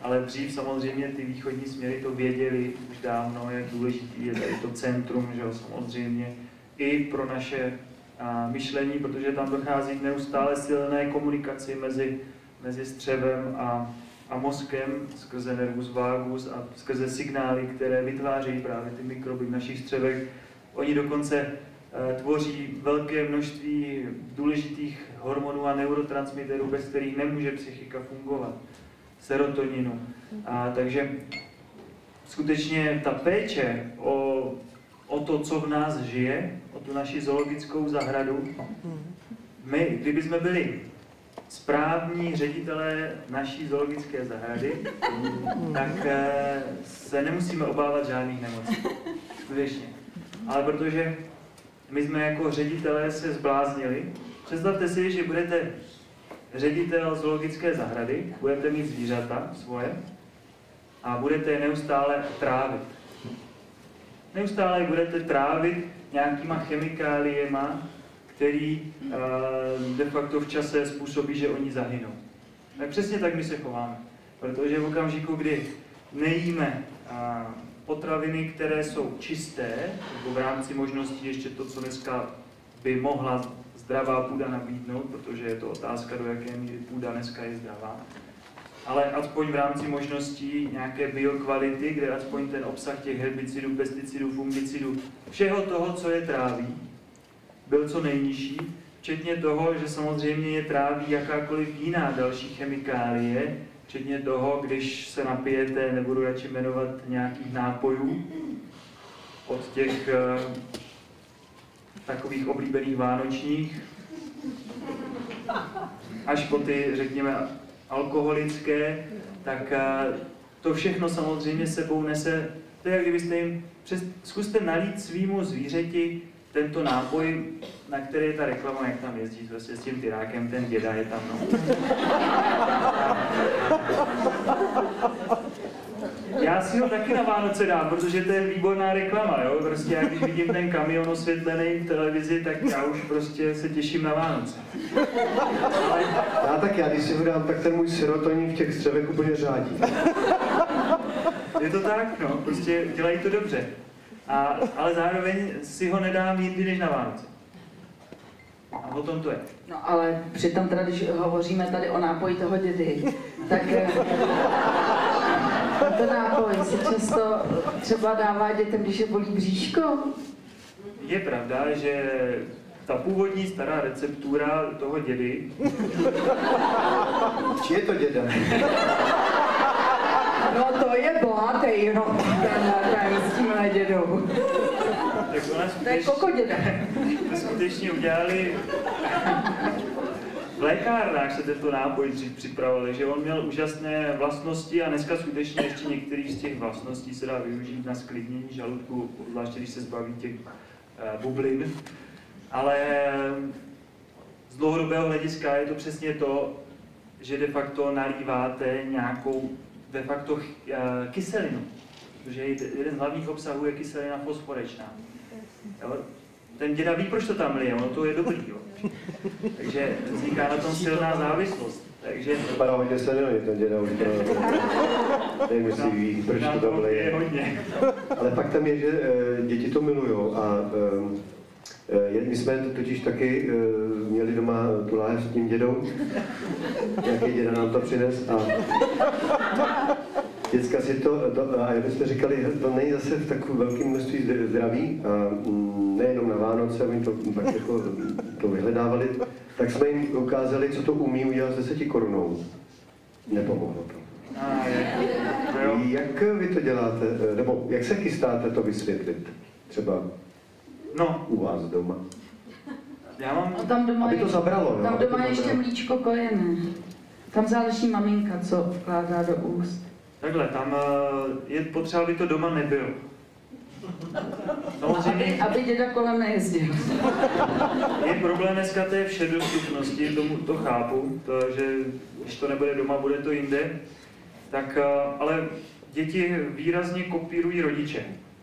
ale dřív samozřejmě ty východní směry to věděli už dávno, jak důležitý je tady to centrum, že jo, samozřejmě i pro naše a, myšlení, protože tam dochází k neustále silné komunikaci mezi, mezi střevem a, a mozkem skrze nervus vagus a skrze signály, které vytvářejí právě ty mikroby v našich střevech. Oni dokonce e, tvoří velké množství důležitých hormonů a neurotransmiterů, bez kterých nemůže psychika fungovat. Serotoninu. A, takže skutečně ta péče o, o to, co v nás žije, o tu naši zoologickou zahradu, my, kdybychom byli správní ředitelé naší zoologické zahrady, tak e, se nemusíme obávat žádných nemocí. Skutečně. Ale protože my jsme jako ředitelé se zbláznili, představte si, že budete ředitel zoologické zahrady, budete mít zvířata svoje a budete je neustále trávit. Neustále je budete trávit nějakýma chemikáliema, který uh, de facto v čase způsobí, že oni zahynou. Tak přesně tak my se chováme. Protože v okamžiku, kdy nejíme uh, potraviny, které jsou čisté, jako v rámci možností ještě to, co dneska by mohla zdravá půda nabídnout, protože je to otázka, do jaké míry půda dneska je zdravá. Ale aspoň v rámci možností nějaké biokvality, kde aspoň ten obsah těch herbicidů, pesticidů, fungicidů, všeho toho, co je tráví, byl co nejnižší, včetně toho, že samozřejmě je tráví jakákoliv jiná další chemikálie, včetně toho, když se napijete, nebudu radši jmenovat nějakých nápojů, od těch takových oblíbených vánočních, až po ty, řekněme, alkoholické, tak to všechno samozřejmě sebou nese, to je jak kdybyste jim, přes, zkuste nalít svýmu zvířeti tento nápoj, na který je ta reklama, jak tam jezdí vlastně s tím tyrákem, ten děda je tam, no. Já si ho taky na Vánoce dám, protože to je výborná reklama, jo? Prostě já když vidím ten kamion osvětlený v televizi, tak já už prostě se těším na Vánoce. Ale... Já tak já, když si ho dám, tak ten můj serotonin v těch střevech úplně řádí. Je to tak, no, prostě dělají to dobře. A, ale zároveň si ho nedám jindy než na Vánoce. A o tom to je. No ale přitom teda, když hovoříme tady o nápoji toho dědy, tak ten nápoj se často třeba dává dětem, když je bolí bříško. Je pravda, že ta původní stará receptura toho dědy... Či je to děda? No to je bohatý rok, ten, ten s tímhle dědou. Tak ona to je koko děda. To skutečně udělali... V lékárnách se tento nápoj připravovali, že on měl úžasné vlastnosti a dneska skutečně ještě některých z těch vlastností se dá využít na sklidnění žaludku, zvláště když se zbaví těch uh, bublin. Ale z dlouhodobého hlediska je to přesně to, že de facto nalíváte nějakou de facto uh, kyselinu, protože jeden z hlavních obsahů je kyselina fosforečná. Jo? Ten děda ví, proč to tam lije, ono to je dobrý, jo. Takže vzniká na tom silná závislost. Takže... Vypadá hodně silný ten děda, už to nevím, jestli ví, proč to tam lije. Ale faktem je, že e, děti to milujou a e, my jsme totiž taky e, měli doma tu láhev s tím dědou, nějaký děda nám to přines a děcka si to, to a jak byste říkali, to není zase v takovém velkém množství zdraví a nejenom na Vánoce, oni to pak jako to vyhledávali, tak jsme jim ukázali, co to umí udělat s deseti korunou. Nepomohlo to. A je. Jo. Jak vy to děláte, nebo jak se chystáte to vysvětlit? Třeba no. u vás doma? Já mám... No, tam doma aby to zabralo, tam jo, doma je ještě mlíčko kojené. Tam záleží maminka, co vkládá do úst. Takhle, tam je potřeba, aby to doma nebylo. Samozřejmě... Aby, aby děda kolem nejezdil. Je problém dneska té všedostupnosti, tomu to chápu, to, že když to nebude doma, bude to jinde. Tak, ale děti výrazně kopírují rodiče.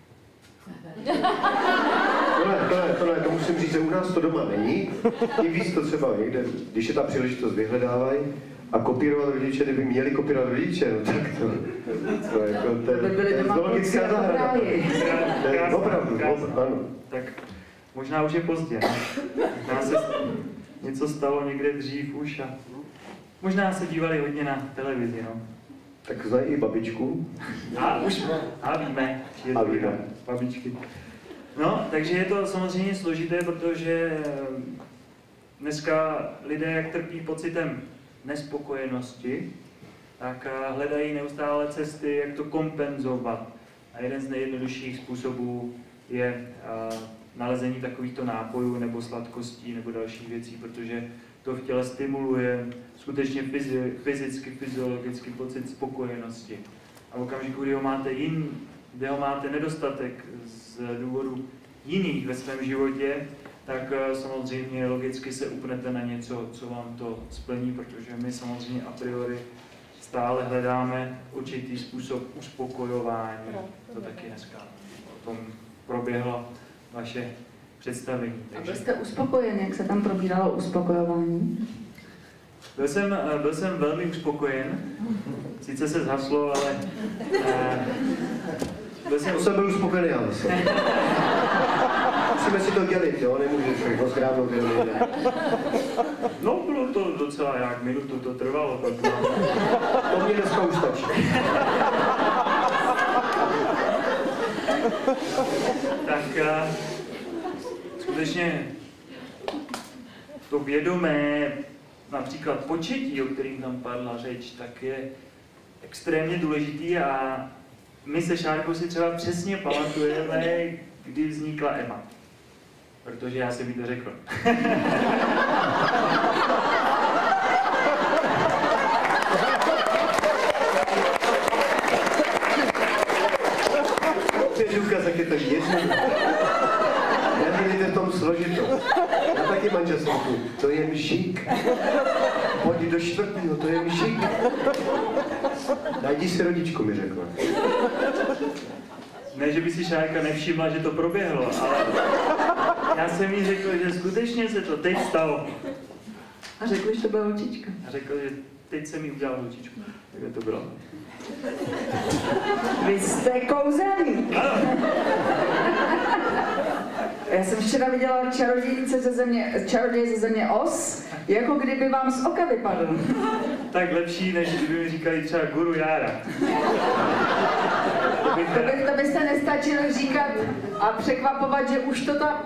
To ne, to ne, to ne, to musím říct, že u nás to doma není. I víc to třeba někde, když je ta příležitost, vyhledávají. A kopírovat rodiče, kdyby měli kopírovat rodiče, no tak to, to, jako, to, To by byly to je doma zoologická kluci zahrada. jako v ráji. To je Krásný, Opravdu, krásný. op- ano. Tak možná už je pozdě. Možná se něco stalo někde dřív už a možná se dívali hodně na televizi, no. Tak znají i babičku. A už a víme, že je A to víme. babičky. No, takže je to samozřejmě složité, protože dneska lidé, jak trpí pocitem nespokojenosti, tak hledají neustále cesty, jak to kompenzovat. A jeden z nejjednodušších způsobů je nalezení takovýchto nápojů nebo sladkostí nebo dalších věcí, protože to v těle stimuluje skutečně fyzicky, fyziologicky pocit spokojenosti. A v okamžiku, kdy ho máte jin, kde ho máte nedostatek z důvodu jiných ve svém životě, tak samozřejmě logicky se upnete na něco, co vám to splní, protože my samozřejmě a priori stále hledáme určitý způsob uspokojování. To taky dneska o tom proběhlo vaše představení. A byl jste uspokojen, jak se tam probíralo uspokojování? Byl jsem, byl jsem velmi uspokojen, sice se zhaslo, ale eh, byl jsem, To jsem byl uspokojený já zase. Musíme si to dělit, jo, nemůžeš všechno zhrávnout jenom jeden. no bylo to docela jak minutu to trvalo, tak mám. To mě dneska už stačí. Tak eh, skutečně to vědomé, například početí, o kterým tam padla řeč, tak je extrémně důležitý a my se Šárkou si třeba přesně pamatujeme, kdy vznikla Emma. Protože já jsem jí to řekl. To je důkaz, jak je to jedno. Nevidíte v tom složitost. Já taky manželství. To je mžík. Pojď do čtvrtého, to je mžík. Najdi si rodičku, mi řekla. Ne, že by si Šárka nevšimla, že to proběhlo, ale já jsem jí řekl, že skutečně se to teď stalo. A řekl, že to byla holčička. A řekl, že teď jsem jí udělal holčičku. Tak to bylo. Vy jste kouzelník. Já jsem včera viděla čarodějnice ze země, čaroděj ze země Os, jako kdyby vám z oka vypadl. Tak lepší, než kdyby mi říkali třeba guru Jára. To bych To, by, to byste nestačili říkat a překvapovat, že už to tam...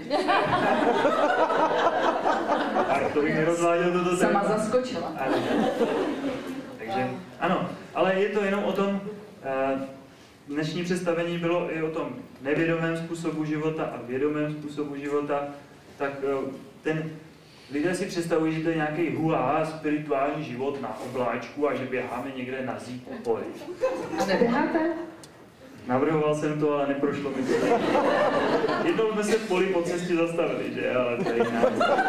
Tak to bych nerozváděl toto Sama téma. zaskočila. Ale- Takže ano, ale je to jenom o tom, eh, dnešní představení bylo i o tom nevědomém způsobu života a vědomém způsobu života, tak eh, ten lidé si představují, že to je nějaký hula, spirituální život na obláčku a že běháme někde na zí po poli. A neběháte? Navrhoval jsem to, ale neprošlo mi to. Jednou jsme se v poli po cestě zastavili, že? Ale to je jiná.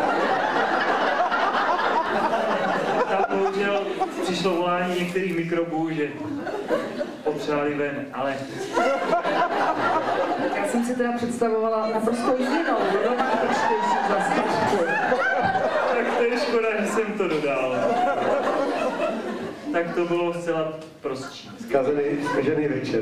Tam bohužel přišlo volání některých mikrobů, že popřáli ven, ale Já jsem si teda představovala naprosto jinou, romantičtější zastávku. tak to je škoda, že jsem to dodal. Tak to bylo zcela prostší. Zkazený, zkažený večer.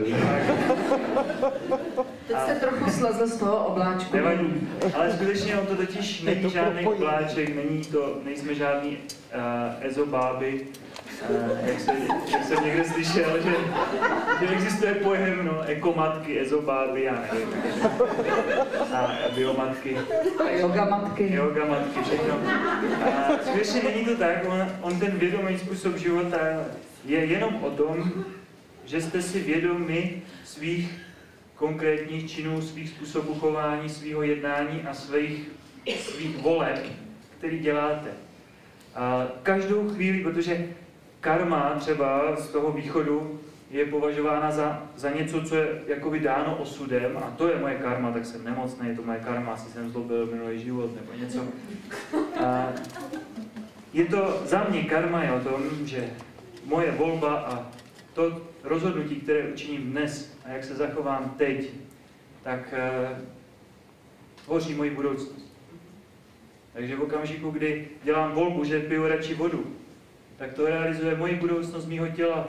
Teď jste trochu slezl z toho obláčku. Nevadí, ale skutečně on to totiž není žádný obláček, není to, nejsme žádný uh, ezobáby, uh, jak, se, jak jsem někde slyšel, že, že existuje pojem, no, ekomatky, ezobáby, já nevím, a biomatky, A yoga matky. yoga matky, všechno. A skutečně není to tak, on, on ten vědomý způsob života je jenom o tom, že jste si vědomi svých konkrétních činů, svých způsobů chování, svého jednání a svých, svých voleb, který děláte. A každou chvíli, protože karma třeba z toho východu je považována za, za něco, co je jakoby dáno osudem a to je moje karma, tak jsem nemocný, je to moje karma, asi jsem zlobil minulý život nebo něco. A je to, za mě karma je o tom, že moje volba a to rozhodnutí, které učiním dnes a jak se zachovám teď, tak uh, tvoří moji budoucnost. Takže v okamžiku, kdy dělám volbu, že piju radši vodu, tak to realizuje moji budoucnost mýho těla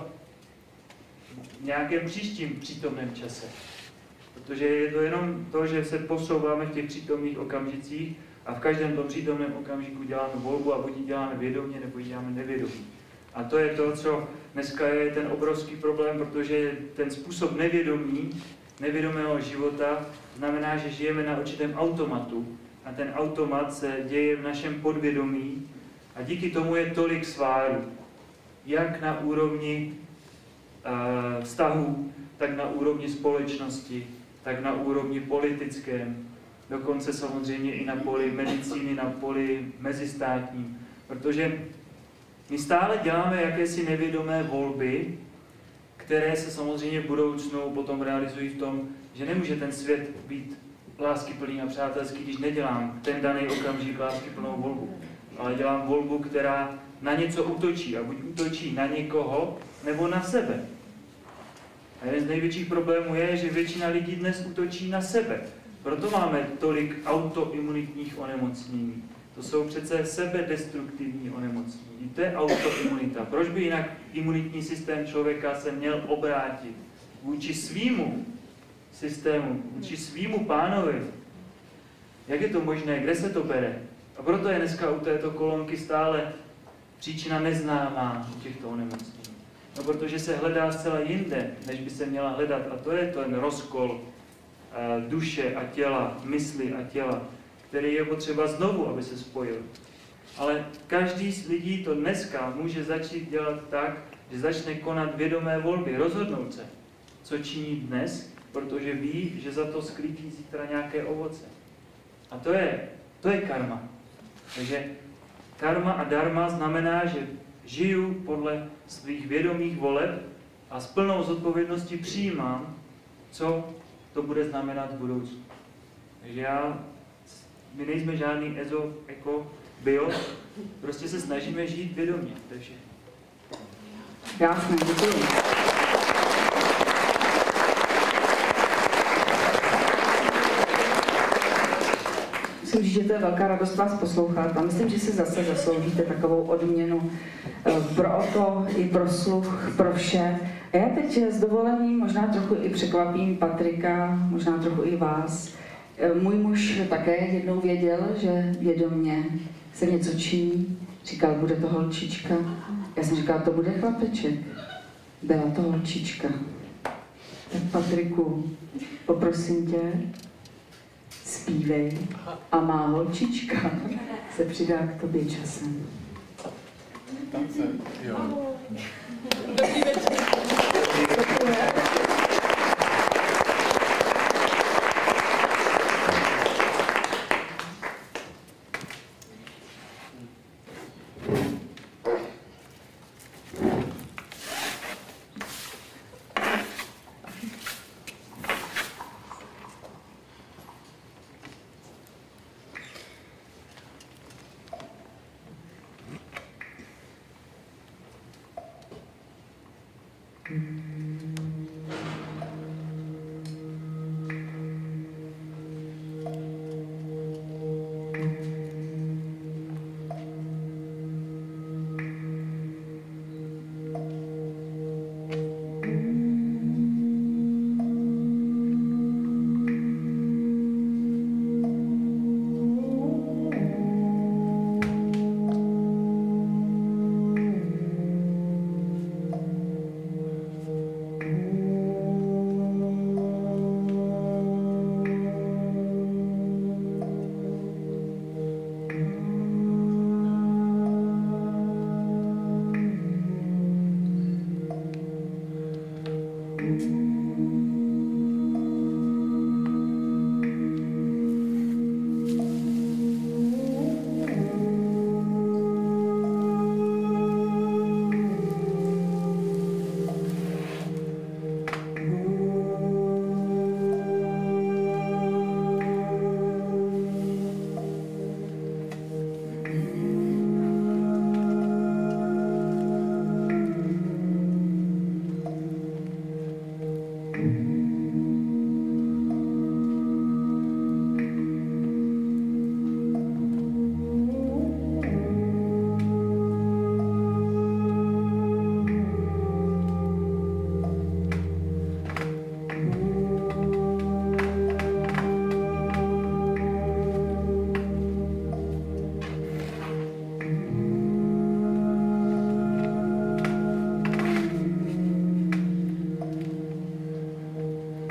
v nějakém příštím přítomném čase. Protože je to jenom to, že se posouváme v těch přítomných okamžicích a v každém tom přítomném okamžiku děláme volbu a buď ji děláme vědomě, nebo ji děláme nevědomě. A to je to, co dneska je ten obrovský problém, protože ten způsob nevědomí, nevědomého života znamená, že žijeme na určitém automatu a ten automat se děje v našem podvědomí a díky tomu je tolik svárů. Jak na úrovni uh, vztahů, tak na úrovni společnosti, tak na úrovni politickém, dokonce samozřejmě i na poli medicíny, na poli mezistátním. Protože my stále děláme jakési nevědomé volby, které se samozřejmě v budoucnu potom realizují v tom, že nemůže ten svět být láskyplný a přátelský, když nedělám ten daný okamžik láskyplnou volbu. Ale dělám volbu, která na něco útočí a buď útočí na někoho, nebo na sebe. A jeden z největších problémů je, že většina lidí dnes útočí na sebe. Proto máme tolik autoimunitních onemocnění. To jsou přece sebedestruktivní onemocnění. To je autoimunita. Proč by jinak imunitní systém člověka se měl obrátit vůči svýmu systému, vůči svýmu pánovi? Jak je to možné? Kde se to bere? A proto je dneska u této kolonky stále příčina neznámá u těchto onemocnění. No, protože se hledá zcela jinde, než by se měla hledat. A to je ten rozkol uh, duše a těla, mysli a těla, který je potřeba znovu, aby se spojil. Ale každý z lidí to dneska může začít dělat tak, že začne konat vědomé volby, rozhodnout se, co činí dnes, protože ví, že za to sklidí zítra nějaké ovoce. A to je, to je karma. Takže karma a dharma znamená, že žiju podle svých vědomých voleb a s plnou zodpovědností přijímám, co to bude znamenat v budoucnu. Takže já, my nejsme žádný ezo, eko, bio, prostě se snažíme žít vědomě, to je všechno. Krásné, děkuji. Musím říct, že to je velká radost vás poslouchat a myslím, že si zase zasloužíte takovou odměnu pro oko i pro sluch, pro vše. A já teď s dovolením možná trochu i překvapím Patrika, možná trochu i vás. Můj muž také jednou věděl, že vědomě se něco činí. Říkal, bude to holčička. Já jsem říkala, to bude chlapeček. Byla to holčička. Tak Patriku, poprosím tě, zpívej a má holčička se přidá k tobě časem. Tance, jo. Dobrý večer.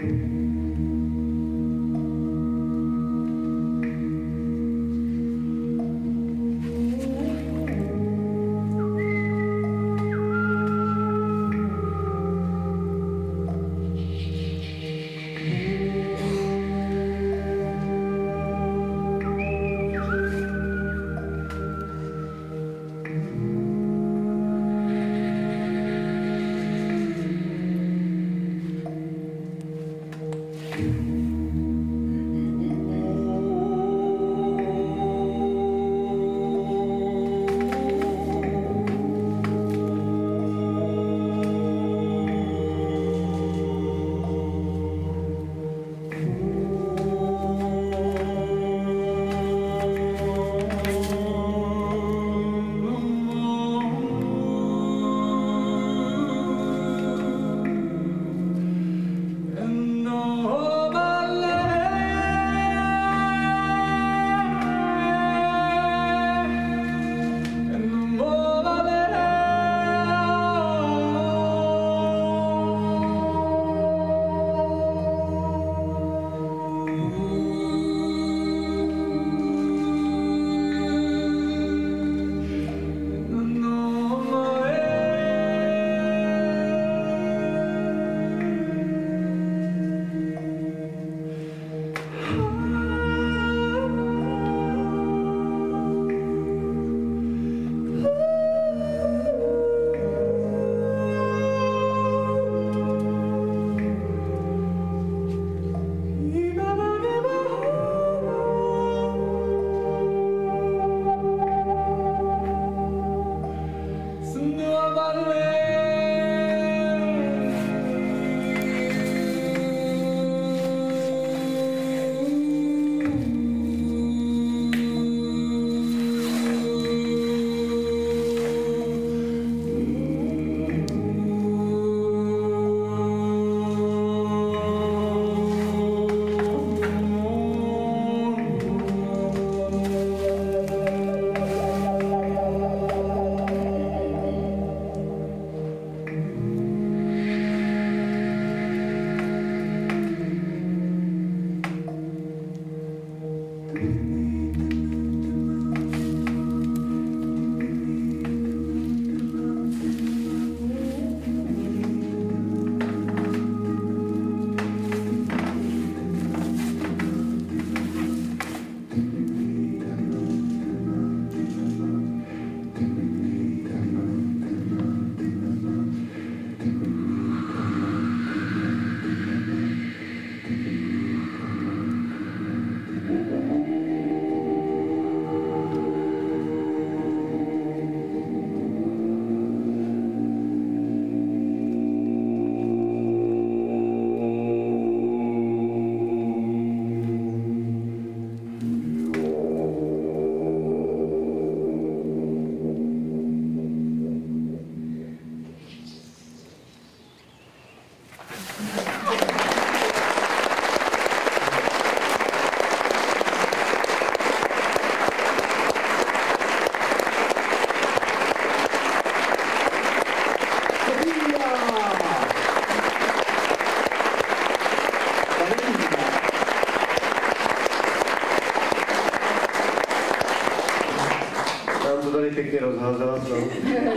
pěkně rozházela znovu.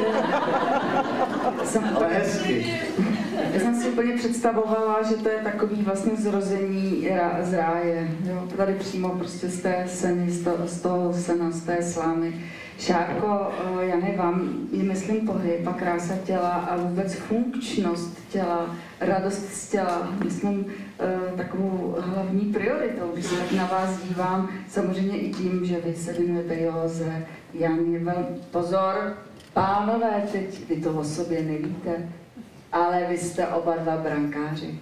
Ale hezky. Já jsem si úplně představovala, že to je takový vlastně zrození z ráje. Jo? Tady přímo prostě z té seny, z toho, z toho sena, z té slámy. Šárko, Jany, vám je, myslím, pohyb a krása těla a vůbec funkčnost těla, radost z těla, myslím, takovou hlavní prioritou, když se tak na vás dívám, samozřejmě i tím, že vy se věnujete józe, Janě, pozor, pánové, teď vy to o sobě nevíte, ale vy jste oba dva brankáři.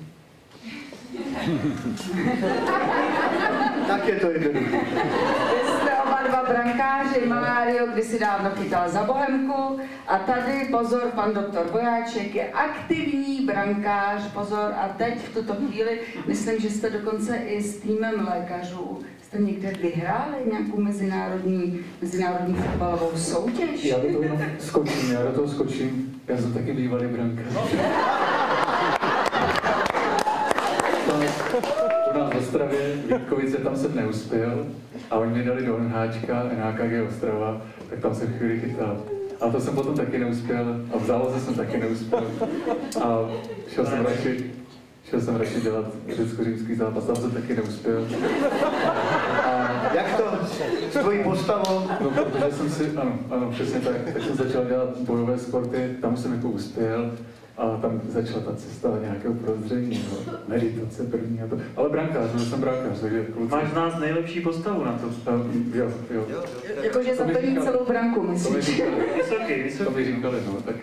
Tak je to jednoduché. Vy jste oba dva brankáři, Mário kdysi dávno chytal za Bohemku a tady, pozor, pan doktor Vojáček je aktivní brankář, pozor, a teď v tuto chvíli, myslím, že jste dokonce i s týmem lékařů, jste někde vyhráli nějakou mezinárodní, mezinárodní fotbalovou soutěž? Já do toho jenom skočím, já do toho skočím, já jsem taky bývalý brankář. u nás v Ostravě, Vítkovice, tam jsem neuspěl a oni mě dali do Nháčka, N H K G Ostrava, tak tam jsem chvíli chytal. A to jsem potom taky neuspěl a v záloze jsem taky neuspěl. A šel jsem radši, šel jsem radši dělat řecko-římský zápas, tam jsem taky neuspěl. A Jak to? S tvojí postavou? no, protože jsem si, ano, ano, přesně tak, tak jsem začal dělat bojové sporty, tam jsem jako uspěl. A tam začala ta cesta nějakého prozření, no, meditace první a to. Ale brankář, byl jsem brankář, takže kluci. Máš z nás nejlepší postavu na to. Um, jo, jo. Jakože To mi zaplní říkali. celou branku, To mi myslíš? říkali, Vysoký, to vysoký. mi říkali, no, tak.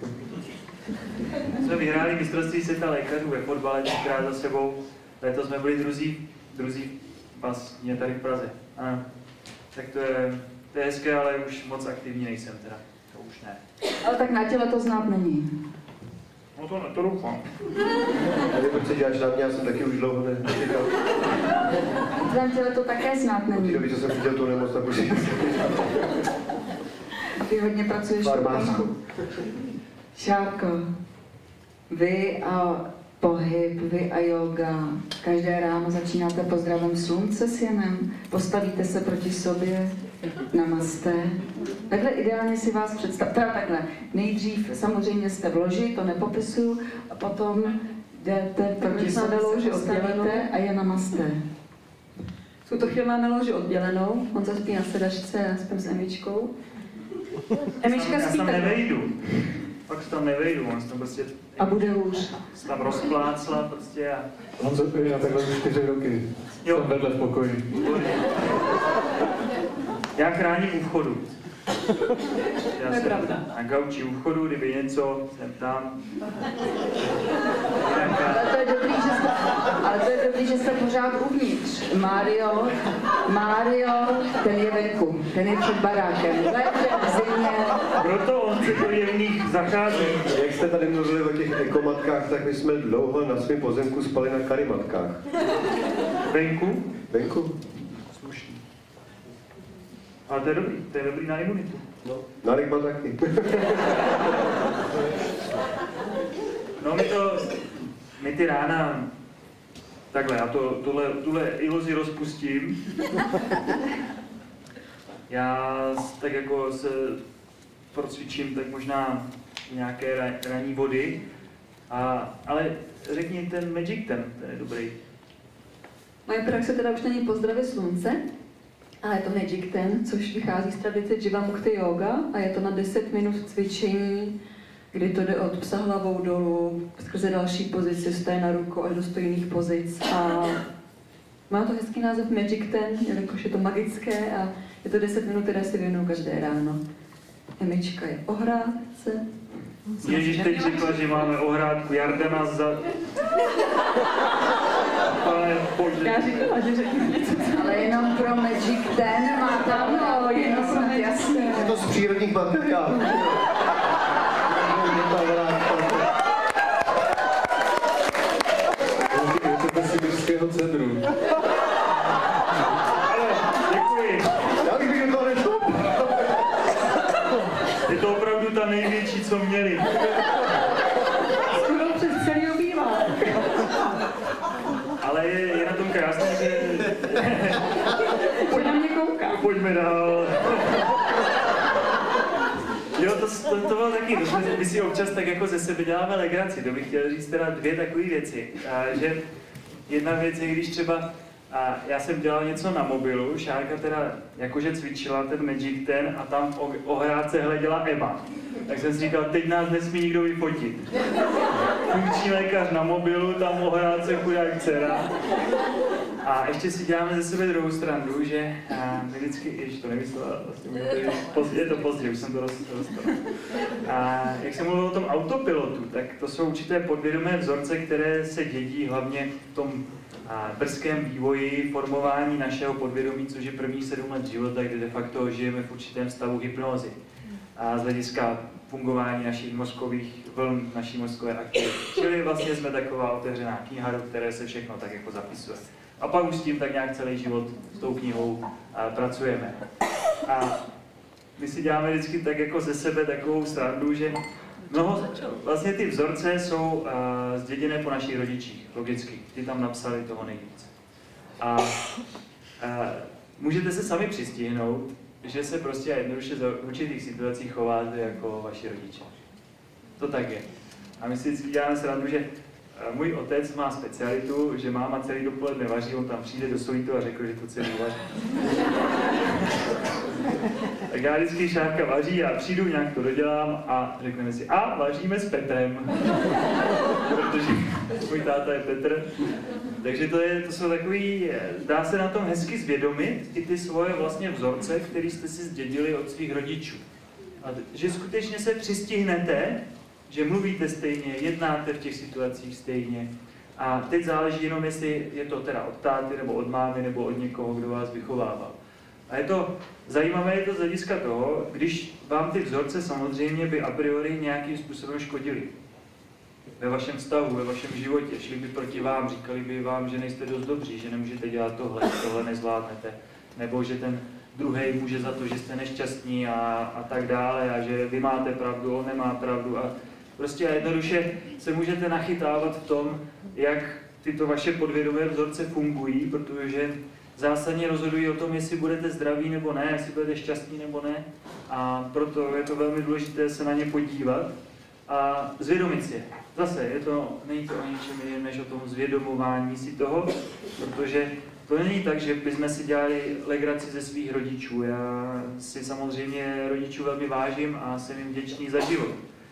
Jsme vyhráli mistrovství světa lékařů ve fotbale třikrát za sebou. Letos jsme byli druzí, druzí vlastně tady v Praze. Ano. Tak to je, to je hezké, ale už moc aktivní nejsem teda. To už ne. Ale tak na těle to znát není. No to ne, to doufám. Nevím, proč se děláš na mě, já jsem taky už dlouho nečekal. Na tvém těle to také znát Od té není. doby, co jsem viděl tu nemoc, tak už Ty hodně pracuješ v farmářku. banku. Šárko, vy a pohyb, vy a yoga. Každé ráno začínáte pozdravem slunce s Janem, postavíte se proti sobě, namaste. Takhle ideálně si vás představte, teda takhle. Nejdřív samozřejmě jste v loži, to nepopisuju, a potom jdete proti Možná sobě, na loži se postavíte oddělenou. a je namaste. V tuto chvíli máme loži oddělenou, on zaspí na sedačce, já spím s Emičkou. Emička Já spí tam tak. nevejdu. Pak se tam nevejdu, on se tam prostě A bude hůř. se tam rozplácla prostě a... Honzo, já takhle už čtyři roky. Jo. Jsem vedle v pokoji. Já chráním u vchodu. Já To je jsem pravda. na gauči u vchodu, kdyby něco, jsem tam. Ale to je dobrý, že jste, ale to je dobrý, že jste pořád uvnitř. Mario, Mario, ten je venku, ten je před barákem. V létě, v zimě. Proto on se do jemných zachází. Jak jste tady mluvili o těch ekomatkách, tak my jsme dlouho na svém pozemku spali na karimatkách. Venku? Venku? Slušný. Ale to je dobrý, to je dobrý na imunitu. No. Na Ligma taky. No my to, my ty rána, takhle, já to, tuhle, tuhle iluzi rozpustím. Já s- tak jako se procvičím tak možná nějaké ra, ranní vody, a, ale řekni ten Magic ten, ten je dobrý. Moje praxe teda už není pozdravy slunce, ale je to Magic Ten, což vychází z tradice Jivamukti yoga a je to na deset minut cvičení, kdy to jde od psa hlavou dolů, skrze další pozici, stojí na rukou až do stojných pozic. A má to hezký název Magic Ten, jelikož je to magické a je to deset minut, které si věnuju každé ráno. Emička je ohrádce. Ježíš teď řekla, že máme ohrádku, Jarda nás za... Ale pojď. Já říkala, že řeknu něco. Ale jenom pro Magic Ten má tam, no, jenom snad jasně. Je to z přírodních materiálů. Je to z sibirského cedru. Ale děkuji. Já bych viděl to nešlo. Je to opravdu ta největší, co měli. Skoro přes celý obývá. Ale je, je na tom krásný, že... Pojď na mě kouká. Pojďme dál. Jo, to, to, to bylo taky, to jsme, my si občas tak jako ze sebe děláme legraci, to bych chtěl říct teda dvě takové věci. A, že jedna věc je, když třeba, a já jsem dělal něco na mobilu, Šárka teda jakože cvičila ten Magic ten a tam v o- ohrádce hleděla Ema. Tak jsem si říkal, teď nás nesmí nikdo vyfotit. Funkční lékař na mobilu, tam ohrádce chudák dcera. A ještě si děláme ze sebe druhou stranu, že a my vždycky, jež to nemyslela, vlastně mě to je, pozdě, je to pozdě, už jsem to roz, rozpadl. A jak jsem mluvil o tom autopilotu, tak to jsou určité podvědomé vzorce, které se dědí hlavně v tom a, brzkém vývoji, formování našeho podvědomí, což je první sedm let života, kde de facto žijeme v určitém stavu hypnózy. A z hlediska fungování našich mozkových vln, naší mozkové aktivity. Čili vlastně jsme taková otevřená kniha, do které se všechno tak jako zapisuje. A pak už s tím tak nějak celý život s tou knihou a, pracujeme. A my si děláme vždycky tak jako ze sebe takovou srandu, že mnoho, vlastně ty vzorce jsou uh, zděděné po našich rodičích, logicky. Ty tam napsali toho nejvíc. A uh, můžete se sami přistihnout, že se prostě a jednoduše v určitých situacích chováte jako vaši rodiče. To tak je. A my si vždycky děláme srandu, že můj otec má specialitu, že máma celý dopoledne vaří, on tam přijde do stolítu a řekl, že to celý uvaří. Tak já vždycky Šárka vaří a přijdu, nějak to dodělám a řekneme si, a vaříme s Petrem. Protože můj táta je Petr. Takže to, je, to jsou takový, dá se na tom hezky zvědomit i ty svoje vlastně vzorce, které jste si zdědili od svých rodičů. A že skutečně se přistihnete, že mluvíte stejně, jednáte v těch situacích stejně. A teď záleží jenom, jestli je to teda od táty, nebo od mámy, nebo od někoho, kdo vás vychovával. A je to zajímavé, je to z hlediska toho, když vám ty vzorce samozřejmě by a priori nějakým způsobem škodili. Ve vašem vztahu, ve vašem životě, šli by proti vám, říkali by vám, že nejste dost dobří, že nemůžete dělat tohle, že tohle nezvládnete, nebo že ten druhý může za to, že jste nešťastní a, a tak dále, a že vy máte pravdu, on nemá pravdu. A prostě jednoduše se můžete nachytávat v tom, jak tyto vaše podvědomé vzorce fungují, protože zásadně rozhodují o tom, jestli budete zdraví nebo ne, jestli budete šťastní nebo ne. A proto je to velmi důležité se na ně podívat a zvědomit si je. Zase, je to, není to o ničem jiném, než o tom zvědomování si toho, protože to není tak, že bychom si dělali legraci ze svých rodičů. Já si samozřejmě rodičů velmi vážím a jsem jim vděčný za život.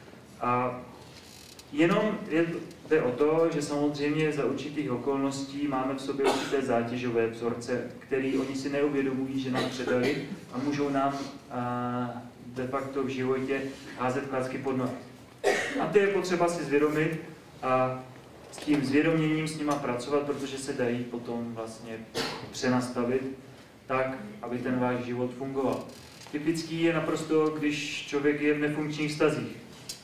A jenom je, jde o to, že samozřejmě za určitých okolností máme v sobě určité zátěžové vzorce, které oni si neuvědomují, že nám předali a můžou nám a, de facto v životě házet klacky pod nohy. A to je potřeba si zvědomit a s tím zvědoměním s nima pracovat, protože se dají potom vlastně přenastavit tak, aby ten váš život fungoval. Typický je naprosto, když člověk je v nefunkčních vztazích.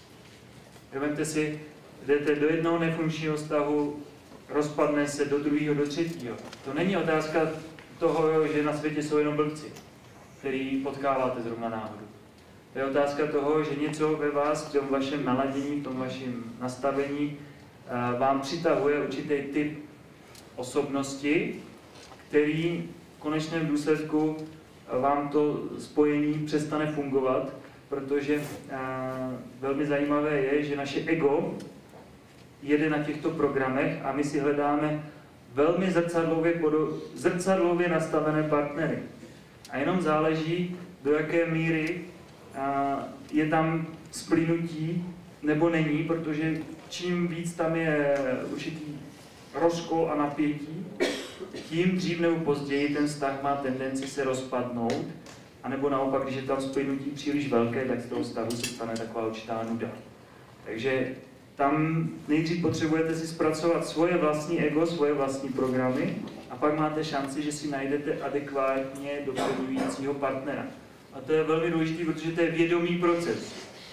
Vemte si, jdete do jednoho nefunkčního vztahu, rozpadne se do druhého, do třetího. To není otázka toho, že na světě jsou jenom blbci, který potkáváte zrovna náhodou. To je otázka toho, že něco ve vás, v tom vašem naladění, v tom vašem nastavení vám přitahuje určitý typ osobnosti, který v konečném důsledku vám to spojení přestane fungovat, protože velmi zajímavé je, že naše ego jede na těchto programech a my si hledáme velmi zrcadlově, zrcadlově nastavené partnery. A jenom záleží, do jaké míry je tam splynutí nebo není, protože čím víc tam je určitý rozkol a napětí, tím dřív nebo později ten vztah má tendenci se rozpadnout, anebo naopak, když je tam splynutí příliš velké, tak z toho vztahu se stane taková určitá nuda. Takže tam nejdřív potřebujete si zpracovat svoje vlastní ego, svoje vlastní programy a pak máte šanci, že si najdete adekvátně doplňujícího partnera. A to je velmi důležité, protože to je vědomý proces.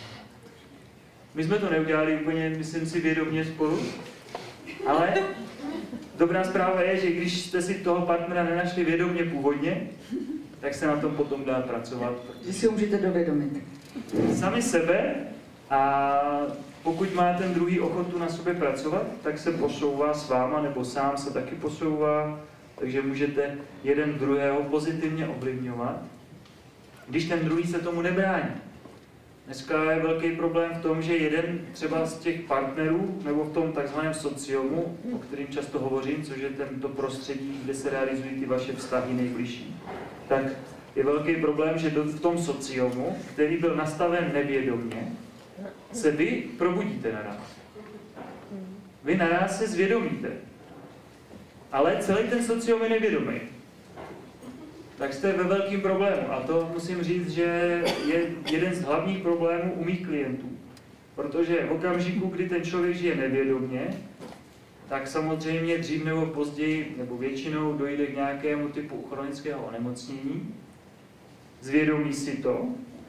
My jsme to neudělali úplně, myslím si, vědomě spolu, ale dobrá zpráva je, že když jste si toho partnera nenašli vědomě původně, tak se na tom potom dá pracovat. Že si ho můžete dovědomit. Sami sebe a pokud má ten druhý ochotu na sobě pracovat, tak se posouvá s váma, nebo sám se taky posouvá, takže můžete jeden druhého pozitivně ovlivňovat, když ten druhý se tomu nebrání. Dneska je velký problém v tom, že jeden třeba z těch partnerů, nebo v tom takzvaném sociomu, o kterém často hovořím, což je tento prostředí, kde se realizují ty vaše vztahy nejbližší, tak je velký problém, že v tom sociomu, který byl nastaven nevědomně, se vy probudíte naraz. Vy naraz se zvědomíte. Ale celý ten sociom je nevědomý. Tak jste ve velkém problému. A to musím říct, že je jeden z hlavních problémů u mých klientů. Protože v okamžiku, kdy ten člověk žije nevědomně, tak samozřejmě dřív nebo později, nebo většinou dojde k nějakému typu chronického onemocnění, zvědomí si to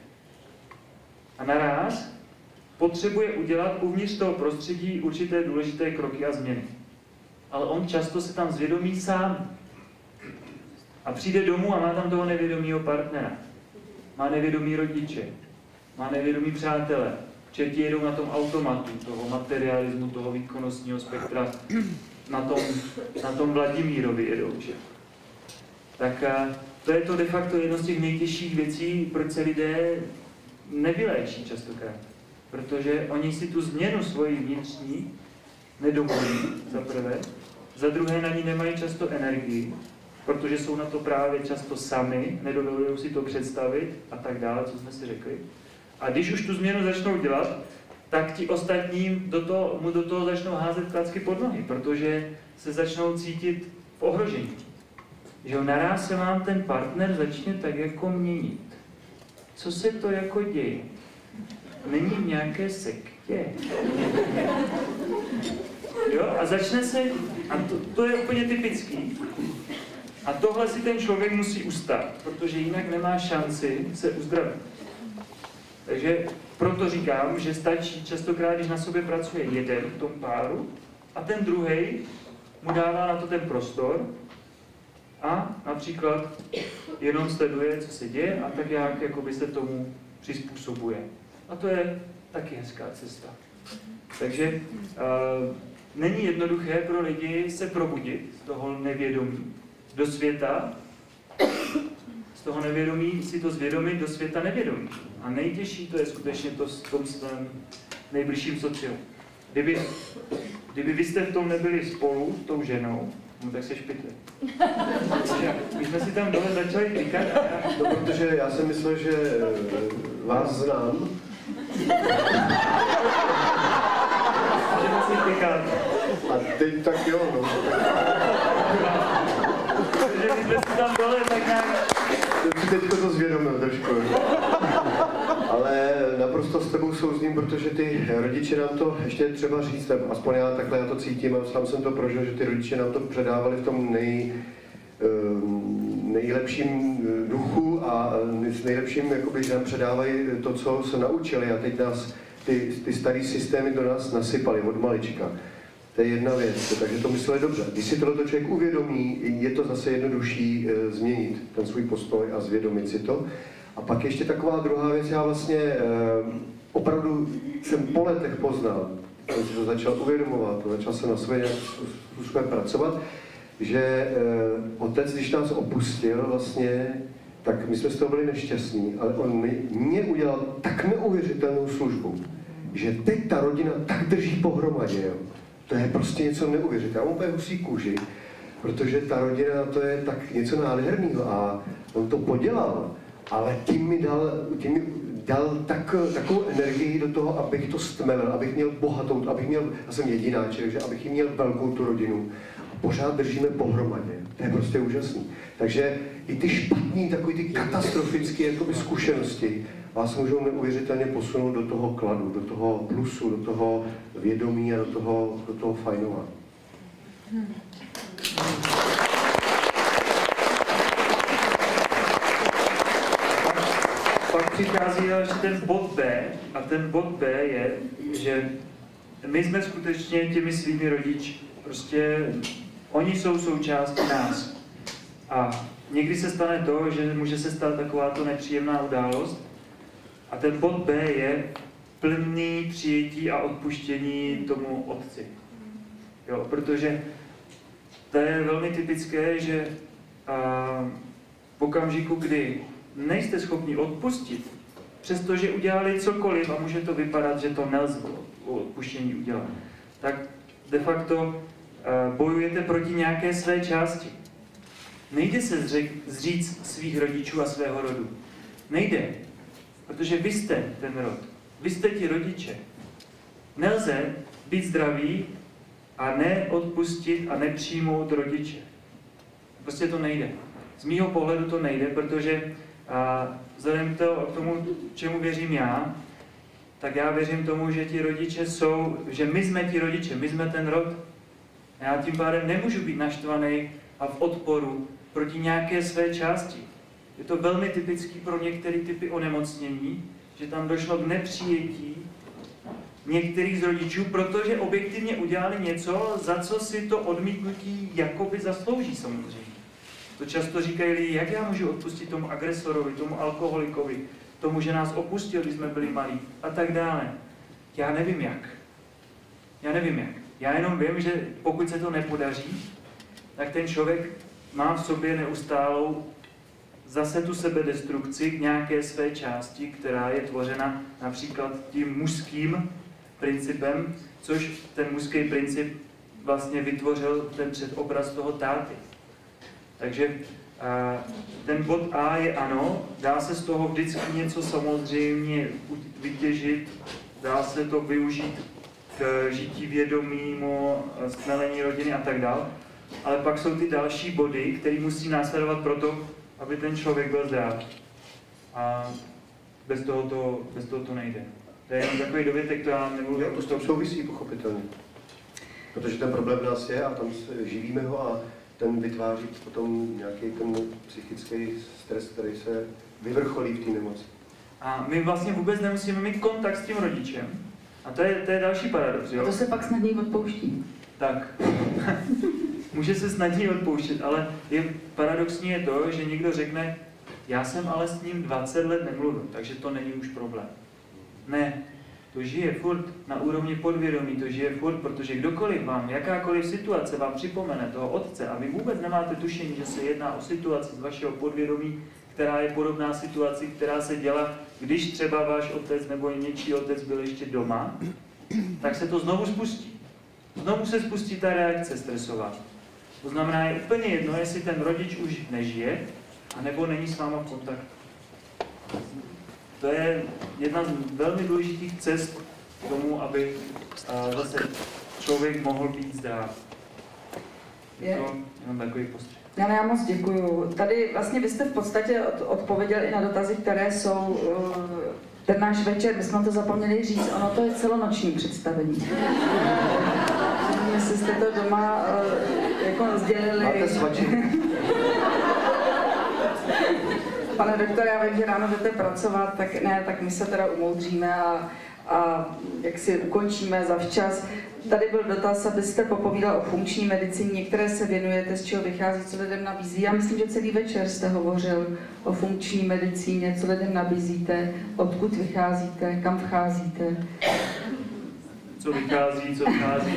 a naráz potřebuje udělat uvnitř toho prostředí určité důležité kroky a změny. Ale on často se tam zvědomí sám. A přijde domů a má tam toho nevědomího partnera. Má nevědomí rodiče. Má nevědomí přátele. že ti jedou na tom automatu, toho materialismu, toho výkonnostního spektra, na tom, na tom Vladimírovi jedou, že? Tak a to je to de facto jedno z těch nejtěžších věcí, proč se lidé nevyléčí častokrát. Protože oni si tu změnu svoji vnitřní nedovolí, za prvé. Za druhé na ní nemají často energii, protože jsou na to právě často sami, nedovolují si to představit a tak dále, co jsme si řekli. A když už tu změnu začnou dělat, tak ti ostatní do toho, mu do toho začnou házet klacky pod nohy, protože se začnou cítit v ohrožení. Že naráz se vám ten partner začne tak jako měnit. Co se to jako děje? Není v nějaké sektě. Jo? A začne se, a to, to je úplně typický, a tohle si ten člověk musí ustát, protože jinak nemá šanci se uzdravit. Takže proto říkám, že stačí častokrát, když na sobě pracuje jeden v tom páru a ten druhý mu dává na to ten prostor a například jenom sleduje, co se děje a tak jak jakoby se tomu přizpůsobuje. A to je taky hezká cesta. Takže uh, není jednoduché pro lidi se probudit z toho nevědomí do světa, z toho nevědomí si to zvědomit do světa nevědomí. A nejtěžší to je skutečně to v tom svém nejbližším sociu. Kdyby, kdyby vy jste v tom nebyli spolu s tou ženou, no tak se špitli. My jsme si tam dole začali klikat. No, protože já jsem myslel, že vás znám. Můžeme si klikat. A teď tak jo, no. Takže my jsme si tam dole tak nějak... Teď to zvědomil trošku. Ale naprosto s tebou souzním, protože ty rodiče nám to ještě třeba říct, aspoň já takhle já to cítím a sám jsem to prožil, že ty rodiče nám to předávali v tom nej, nejlepším duchu a s nejlepším, jakoby, že nám předávají to, co se naučili a teď nás ty, ty starý systémy do nás nasypaly od malička. To je jedna věc, takže to mysleli dobře. Když si tohleto člověk uvědomí, je to zase jednodušší e, změnit ten svůj postoj a zvědomit si to. A pak ještě taková druhá věc, já vlastně e, opravdu jsem po letech poznal, jsem si to začal uvědomovat, začal jsem na své způsobem pracovat, že e, otec, když nás opustil vlastně, tak my jsme z toho byli nešťastní, ale on mi, mě udělal tak neuvěřitelnou službu, že teď ta rodina tak drží pohromadě, jo. To je prostě něco neuvěřitelného. Já mám úplně husí kůži, protože ta rodina to je tak něco nádherného a on to podělal, ale tím mi dal, tím mi dal tak, takovou energii do toho, abych to stmelil, abych měl bohatou, abych měl, já jsem jedináček, takže abych jim měl velkou tu rodinu. A pořád držíme pohromadě. To je prostě úžasný. Takže i ty špatný, takový ty katastrofické jakoby zkušenosti vás můžou neuvěřitelně posunout do toho kladu, do toho plusu, do toho vědomí a do toho, do toho fajnova. Hmm. Pak přichází ještě ten bod B, a ten bod B je, že my jsme skutečně těmi svými rodiči. Prostě oni jsou součástí nás. A někdy se stane to, že může se stát takováto nepříjemná událost. A ten bod B je plný přijetí a odpuštění tomu otci. Jo, protože to je velmi typické, že a, v okamžiku, kdy nejste schopni odpustit, přestože udělali cokoliv a může to vypadat, že to nelze o odpuštění udělat, tak de facto a, bojujete proti nějaké své části. Nejde se zřek, zříct svých rodičů a svého rodu. Nejde. Protože vy jste ten rod, vy jste ti rodiče. Nelze být zdravý a neodpustit a nepřijmout rodiče. Prostě to nejde. Z mýho pohledu to nejde, protože a, vzhledem k tomu, čemu věřím já, tak já věřím tomu, že ti rodiče jsou, že my jsme ti rodiče, my jsme ten rod. Já tím pádem nemůžu být naštvaný a v odporu proti nějaké své části. Je to velmi typický pro některé typy onemocnění, že tam došlo k nepřijetí některých z rodičů, protože objektivně udělali něco, za co si to odmítnutí jakoby zaslouží samozřejmě. To často říkají, jak já můžu odpustit tomu agresorovi, tomu alkoholikovi, tomu, že nás opustil, když jsme byli malí a tak dále. já nevím jak. Já nevím jak. Já jenom vím, že pokud se to nepodaří, tak ten člověk má v sobě neustálou zase tu sebedestrukci k nějaké své části, která je tvořena například tím mužským principem, což ten mužský princip vlastně vytvořil ten předobraz toho táty. Takže a, ten bod A je ano, dá se z toho vždycky něco samozřejmě vytěžit, dá se to využít k žití vědomímu, stmelení rodiny a tak dále. Ale pak jsou ty další body, které musí následovat proto, aby ten člověk byl zdravý. A bez toho to, bez toho to nejde. To je jenom takový dovětek, to já nebudu... Jo, to s tím souvisí pochopitelně. Protože ten problém v nás je a tam se živíme ho a ten vytváří potom nějaký ten psychický stres, který se vyvrcholí v té nemoci. A my vlastně vůbec nemusíme mít kontakt s tím rodičem. A to je, to je další paradox, jo? A to se pak snadněji odpouští. Tak. Může se snadněji odpouštět, ale je paradoxní je to, že někdo řekne, já jsem ale s ním dvacet let nemluvil, takže to není už problém. Ne, to žije furt na úrovni podvědomí, to žije furt, protože kdokoliv vám, jakákoliv situace vám připomene toho otce a vy vůbec nemáte tušení, že se jedná o situaci z vašeho podvědomí, která je podobná situaci, která se děla, když třeba váš otec nebo něčí otec byl ještě doma, tak se to znovu spustí. Znovu se spustí ta reakce stresová. To znamená, je úplně jedno, jestli ten rodič už nežije, anebo není s váma v kontaktu. To je jedna z velmi důležitých cest k tomu, aby zase člověk mohl být zdravý. Je to jenom takový postřeh. Já, já moc děkuju. Tady vlastně vy jste v podstatě odpověděl i na dotazy, které jsou ten náš večer, my jsme to zapomněli říct, ono to je celonoční představení. Jestli jste to doma jako sdělili. Máte svačinu. Pane doktore, já vím, že ráno jdete pracovat, tak ne, tak my se teda umoudříme a, a jak si ukončíme zavčas. Tady byl dotaz, abyste popovídal o funkční medicíně, některé se věnujete, z čeho vychází, co lidem nabízí. Já myslím, že celý večer jste hovořil o funkční medicíně, co lidem nabízíte, odkud vycházíte, kam vcházíte. Co vychází, co vchází.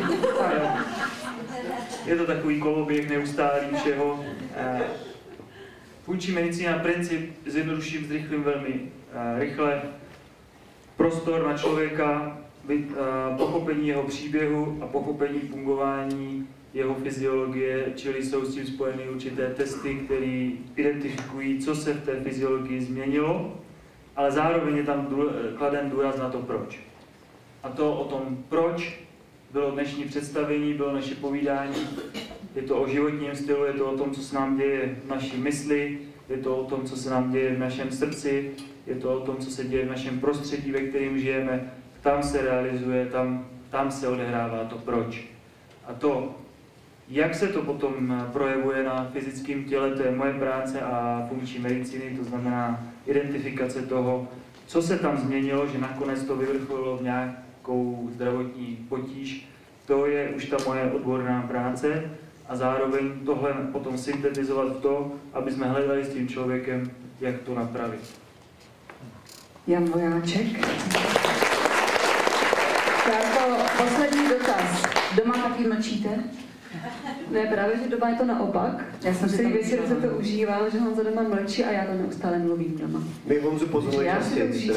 Je to takový koloběh neustálý všeho. Funkční medicína, princip, zjednoduším, zrychlím velmi rychle. Prostor na člověka, pochopení jeho příběhu a pochopení fungování jeho fyziologie, čili jsou s tím spojeny určité testy, které identifikují, co se v té fyziologii změnilo, ale zároveň je tam kladen důraz na to proč. A to o tom proč bylo dnešní představení, bylo naše povídání. Je to o životním stylu, je to o tom, co se nám děje v naší mysli, je to o tom, co se nám děje v našem srdci, je to o tom, co se děje v našem prostředí, ve kterém žijeme. Tam se realizuje, tam, tam se odehrává to proč. A to, jak se to potom projevuje na fyzickém těle, to je moje práce a funkční medicíny, to znamená identifikace toho, co se tam změnilo, že nakonec to vyvrcholilo v nějakou zdravotní potíž. To je už ta moje odborná práce a zároveň tohle potom syntetizovat v to, aby jsme hledali s tím člověkem, jak to napravit. Jan Vojáček. Jako poslední dotaz. Doma taky mlčíte? Ne, právě, že doma je to naopak. Já jsem si věděl, že to užíval, že Honza doma mlčí a já to neustále mluvím doma. My Honzu pozorujeme častěji.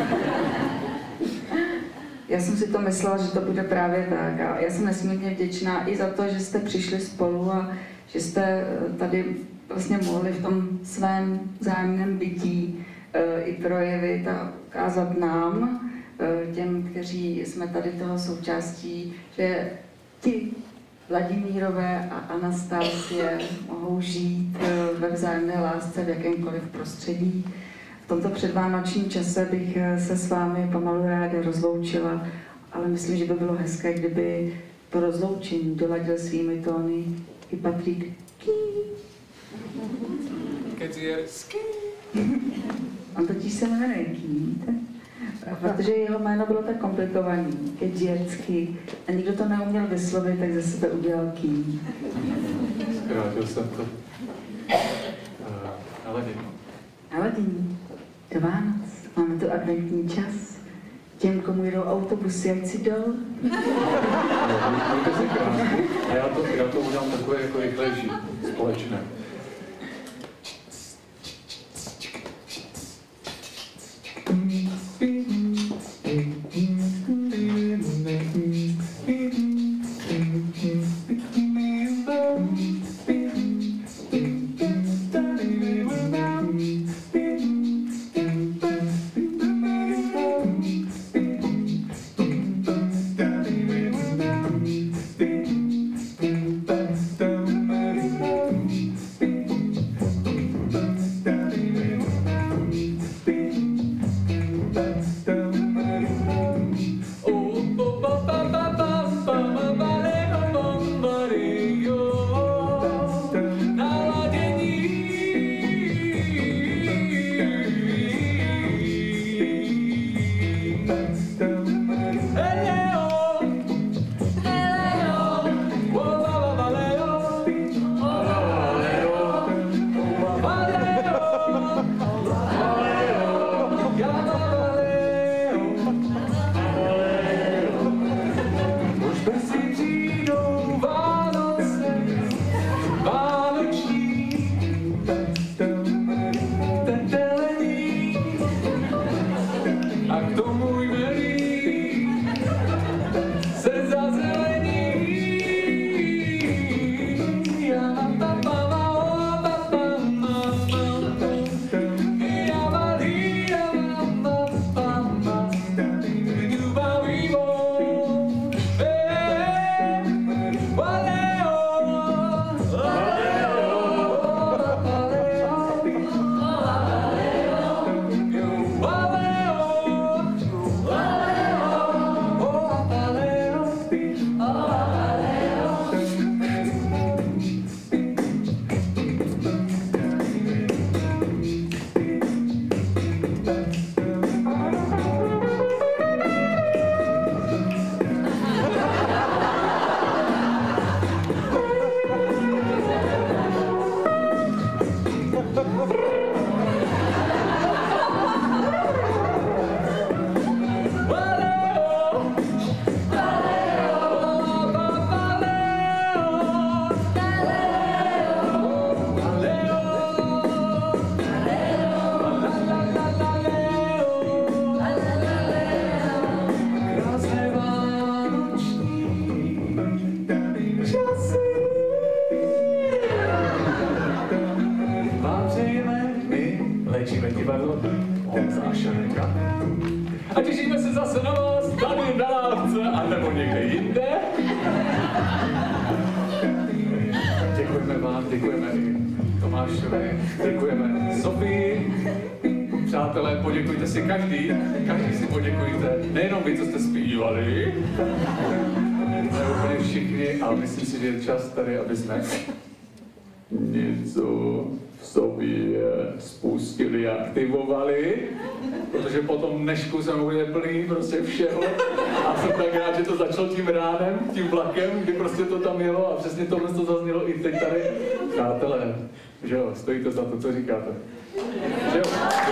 Já jsem si to myslela, že to bude právě tak a já jsem nesmírně vděčná i za to, že jste přišli spolu a že jste tady vlastně mohli v tom svém vzájemném bytí i projevit a ukázat nám, těm, kteří jsme tady toho součástí, že ti Vladimírové a Anastasie mohou žít ve vzájemné lásce v jakémkoliv prostředí. V tomto předvánočním čase bych se s vámi pomalu ráda rozloučila, ale myslím, že by bylo hezké, kdyby to rozloučení doladil svými tóny i Patrik. On totiž se jmenuje Ký, víte? Protože jeho jméno bylo tak komplikovaný, kedžiersky, a nikdo to neuměl vyslovit, tak ze sebe udělal Ký. Zkrátil jsem to. Uh, Aladin. Aladin, do Vánoc, máme tu adventní čas. těm, komu jedou autobusy, ať si dal. Mějte se krásně. A já to, já to udělám takové jako rychlejší, společné. Léčíme divadlo Honza a Šárka. A těšíme se zase na vás tady na Lávce, anebo někde jinde. Děkujeme vám, děkujeme i Tomášovi, děkujeme Sofii. Přátelé, poděkujte si každý, každý si poděkujte, nejenom vy, co jste zpívali, ne úplně všichni, ale myslím si, že je čas tady, aby jsme něco v sobě spustili, aktivovali, protože po tom dnešku jsem úplně plný prostě všeho a jsem tak rád, že to začalo tím ránem, tím vlakem, kdy prostě to tam jelo a přesně tohle to zaznělo i teď tady. Přátelé, že jo, stojí to za to, co říkáte. Že jo?